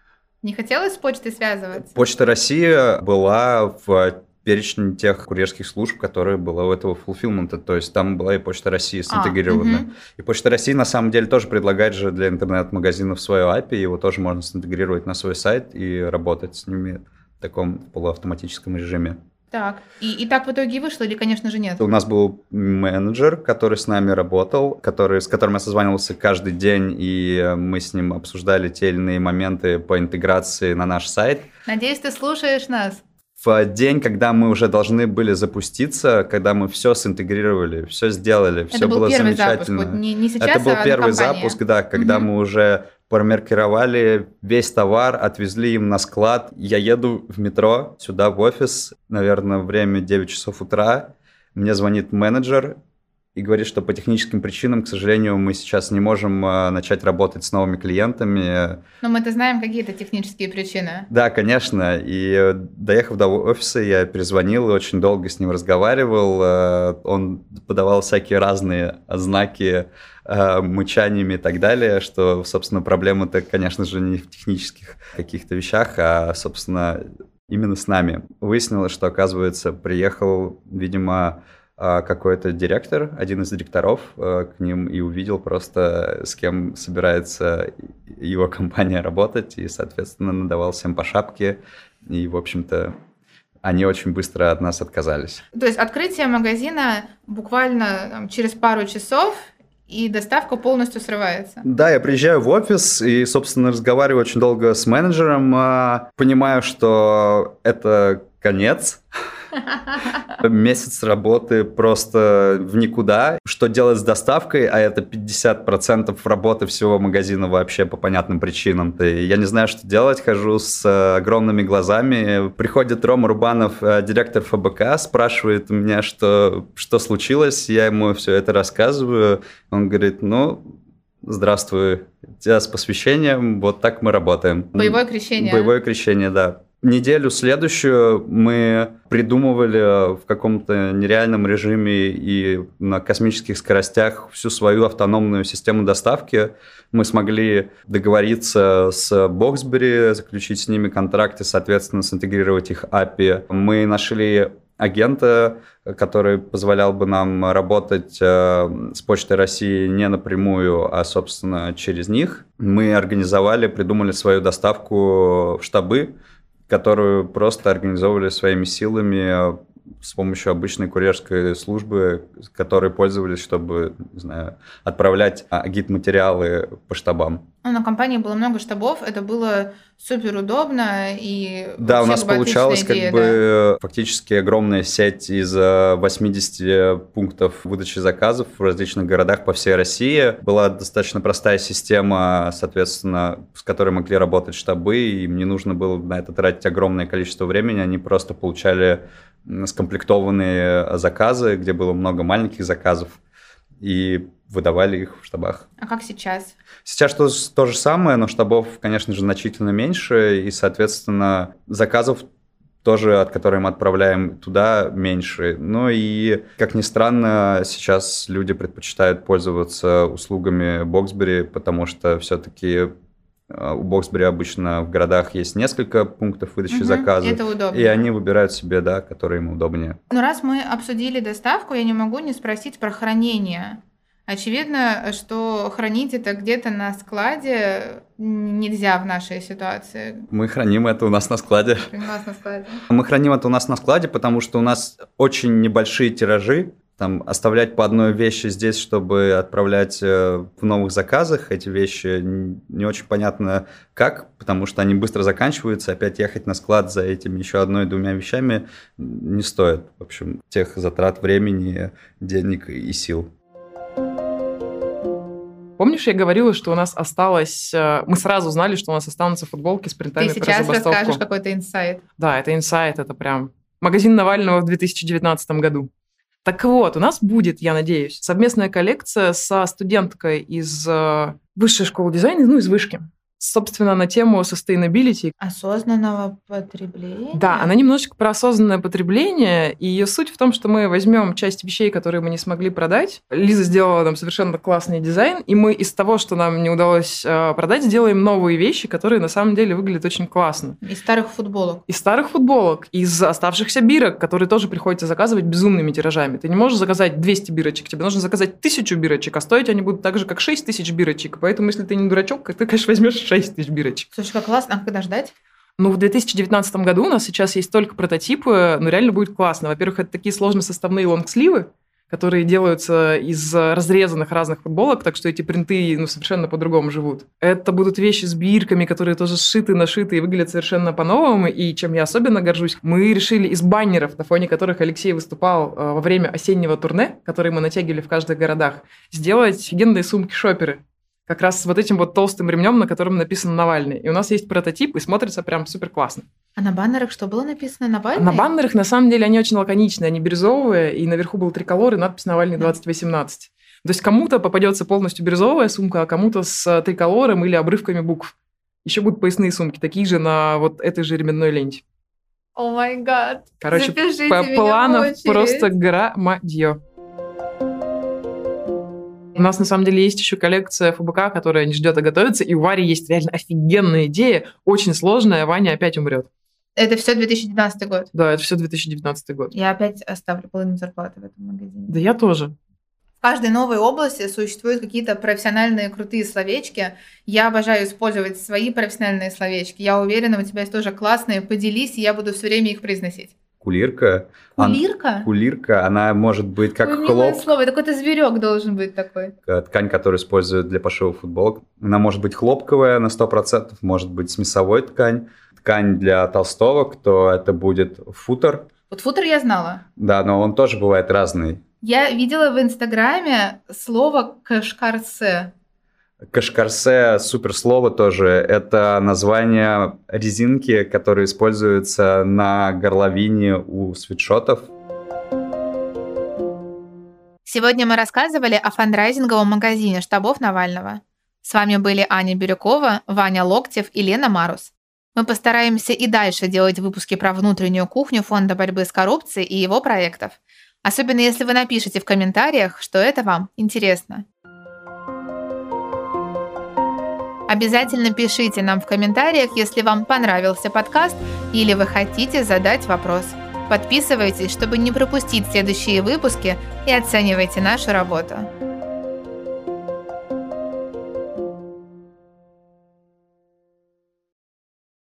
Speaker 1: Не хотелось с почтой связываться?
Speaker 3: Почта России была в перечень тех курьерских служб, которые было у этого фулфилмента, то есть там была и Почта России синтегрирована. А, угу. И Почта России на самом деле тоже предлагает же для интернет-магазинов свое эй пи ай, его тоже можно синтегрировать на свой сайт и работать с ними в таком полуавтоматическом режиме.
Speaker 1: Так, и, и так в итоге и вышло, или, конечно же, нет?
Speaker 3: У нас был менеджер, который с нами работал, который, с которым я созванивался каждый день, и мы с ним обсуждали те или иные моменты по интеграции на наш сайт.
Speaker 1: Надеюсь, ты слушаешь нас.
Speaker 3: В день, когда мы уже должны были запуститься, когда мы все синтегрировали, все сделали,
Speaker 1: это
Speaker 3: все
Speaker 1: был
Speaker 3: было
Speaker 1: первый
Speaker 3: замечательно.
Speaker 1: Запуск, не, не сейчас,
Speaker 3: это был
Speaker 1: а
Speaker 3: первый запуск, да, когда угу. мы уже промаркировали весь товар, отвезли им на склад. Я еду в метро сюда в офис, наверное, время девять часов утра. Мне звонит менеджер и говорит, что по техническим причинам, к сожалению, мы сейчас не можем э, начать работать с новыми клиентами.
Speaker 1: Но мы-то знаем какие-то технические причины.
Speaker 3: Да, конечно. И доехав до офиса, я перезвонил и очень долго с ним разговаривал. Э, он подавал всякие разные знаки э, мычаниями и так далее, что, собственно, проблема-то, конечно же, не в технических каких-то вещах, а, собственно, именно с нами. Выяснилось, что, оказывается, приехал, видимо, какой-то директор, один из директоров к ним и увидел просто, с кем собирается его компания работать, и, соответственно, надавал всем по шапке, и, в общем-то, они очень быстро от нас отказались.
Speaker 1: То есть открытие магазина буквально там, через пару часов, и доставка полностью срывается.
Speaker 3: Да, я приезжаю в офис и, собственно, разговариваю очень долго с менеджером, понимаю, что это конец, Месяц работы просто в никуда. Что делать с доставкой, а это пятьдесят процентов работы всего магазина вообще по понятным причинам. И я не знаю, что делать, хожу с огромными глазами. Приходит Рома Рубанов, директор эф бэ ка, спрашивает у меня, что, что случилось. Я ему все это рассказываю. Он говорит, ну... Здравствуй, тебя с посвящением, вот так мы работаем.
Speaker 1: Боевое крещение.
Speaker 3: Боевое крещение, да. Неделю следующую мы придумывали в каком-то нереальном режиме и на космических скоростях всю свою автономную систему доставки. Мы смогли договориться с Боксбери, заключить с ними контракты, соответственно, синтегрировать их эй пи ай. Мы нашли агента, который позволял бы нам работать э, с Почтой России не напрямую, а, собственно, через них. Мы организовали, придумали свою доставку в штабы, которую просто организовывали своими силами с помощью обычной курьерской службы, которой пользовались, чтобы, не знаю, отправлять агит-материалы по штабам.
Speaker 1: Ну, на компании было много штабов, это было супер удобно и
Speaker 3: да, у нас получалась идея, как бы да. фактически огромная сеть из восьмидесяти пунктов выдачи заказов в различных городах по всей России. Была достаточно простая система, соответственно, с которой могли работать штабы, и им не нужно было на это тратить огромное количество времени, они просто получали скомплектованные заказы, где было много маленьких заказов, и выдавали их в штабах.
Speaker 1: А как сейчас?
Speaker 3: Сейчас то, то же самое, но штабов, конечно же, значительно меньше, и, соответственно, заказов тоже, от которых мы отправляем туда, меньше. Ну и, как ни странно, сейчас люди предпочитают пользоваться услугами Боксбери, потому что все-таки у Боксбери обычно в городах есть несколько пунктов выдачи угу, заказов.
Speaker 1: Это удобно.
Speaker 3: И они выбирают себе, да, которые им удобнее.
Speaker 1: Ну, раз мы обсудили доставку, я не могу не спросить про хранение. Очевидно, что хранить это где-то на складе нельзя в нашей ситуации.
Speaker 3: Мы храним это у нас на складе.
Speaker 1: У нас на складе.
Speaker 3: Мы храним это у нас на складе, потому что у нас очень небольшие тиражи. Там, оставлять по одной вещи здесь, чтобы отправлять в новых заказах, эти вещи не очень понятно как, потому что они быстро заканчиваются, опять ехать на склад за этими еще одной-двумя вещами не стоит, в общем, тех затрат времени, денег и сил.
Speaker 2: Помнишь, я говорила, что у нас осталось... Мы сразу знали, что у нас останутся футболки с принтами про забастовку.
Speaker 1: Ты сейчас расскажешь какой-то инсайт.
Speaker 2: Да, это инсайт, это прям магазин Навального в две тысячи девятнадцатом году. Так вот, у нас будет, я надеюсь, совместная коллекция со студенткой из Высшей школы дизайна, ну, из Вышки. Собственно, на тему sustainability.
Speaker 1: Осознанного потребления?
Speaker 2: Да, она немножечко про осознанное потребление, и ее суть в том, что мы возьмем часть вещей, которые мы не смогли продать. Лиза сделала нам совершенно классный дизайн, и мы из того, что нам не удалось продать, сделаем новые вещи, которые на самом деле выглядят очень классно.
Speaker 1: Из старых футболок.
Speaker 2: Из старых футболок, из оставшихся бирок, которые тоже приходится заказывать безумными тиражами. Ты не можешь заказать двести бирочек, тебе нужно заказать тысячу бирочек, а стоить они будут так же, как шесть тысяч бирочек. Поэтому, если ты не дурачок, ты, конечно, возьмешь шесть тысяч бирочек.
Speaker 1: Слушай, как классно. А когда ждать?
Speaker 2: Ну, в две тысячи девятнадцатом году у нас сейчас есть только прототипы, но реально будет классно. Во-первых, это такие сложносоставные лонгсливы, которые делаются из разрезанных разных футболок, так что эти принты ну, совершенно по-другому живут. Это будут вещи с бирками, которые тоже сшиты, нашиты и выглядят совершенно по-новому. И чем я особенно горжусь, мы решили из баннеров, на фоне которых Алексей выступал во время осеннего турне, которые мы натягивали в каждых городах, сделать офигенные сумки-шоперы. Как раз с вот этим вот толстым ремнем, на котором написано «Навальный». И у нас есть прототип, и смотрится прям супер классно.
Speaker 1: А на баннерах что было написано? «Навальный»?
Speaker 2: На баннерах, на самом деле, они очень лаконичные, они бирюзовые, и наверху был триколор и надпись «Навальный двадцать восемнадцать». То есть кому-то попадется полностью бирюзовая сумка, а кому-то с триколором или обрывками букв. Еще будут поясные сумки, такие же на вот этой же ременной ленте.
Speaker 1: О май гад!
Speaker 2: Короче, по планам просто громадье. У нас, на самом деле, есть еще коллекция эф бэ ка, которая не ждет, а готовится, и у Вари есть реально офигенная идея, очень сложная, Ваня опять умрет.
Speaker 1: Это все две тысячи девятнадцатый год?
Speaker 2: Да, это все две тысячи девятнадцатый год.
Speaker 1: Я опять оставлю половину зарплаты в этом магазине.
Speaker 2: Да я тоже.
Speaker 1: В каждой новой области существуют какие-то профессиональные крутые словечки. Я обожаю использовать свои профессиональные словечки. Я уверена, у тебя есть тоже классные. Поделись, и я буду все время их произносить.
Speaker 3: Кулирка.
Speaker 1: Кулирка?
Speaker 3: Ан... Кулирка, она может быть как
Speaker 1: Ой,
Speaker 3: хлоп.
Speaker 1: Слово, это какой-то зверек должен быть такой.
Speaker 3: Ткань, которую используют для пошива футболок. Она может быть хлопковая на сто процентов, может быть смесовой ткань. Ткань для толстовок, то это будет футер.
Speaker 1: Вот футер я знала.
Speaker 3: Да, но он тоже бывает разный.
Speaker 1: Я видела в Инстаграме слово «кашкарсе».
Speaker 3: Кашкарсе, супер слово тоже, это название резинки, которые используются на горловине у свитшотов.
Speaker 1: Сегодня мы рассказывали о фандрайзинговом магазине штабов Навального. С вами были Аня Бирюкова, Ваня Локтев и Лена Марус. Мы постараемся и дальше делать выпуски про внутреннюю кухню Фонда борьбы с коррупцией и его проектов. Особенно если вы напишите в комментариях, что это вам интересно. Обязательно пишите нам в комментариях, если вам понравился подкаст или вы хотите задать вопрос. Подписывайтесь, чтобы не пропустить следующие выпуски, и оценивайте нашу работу.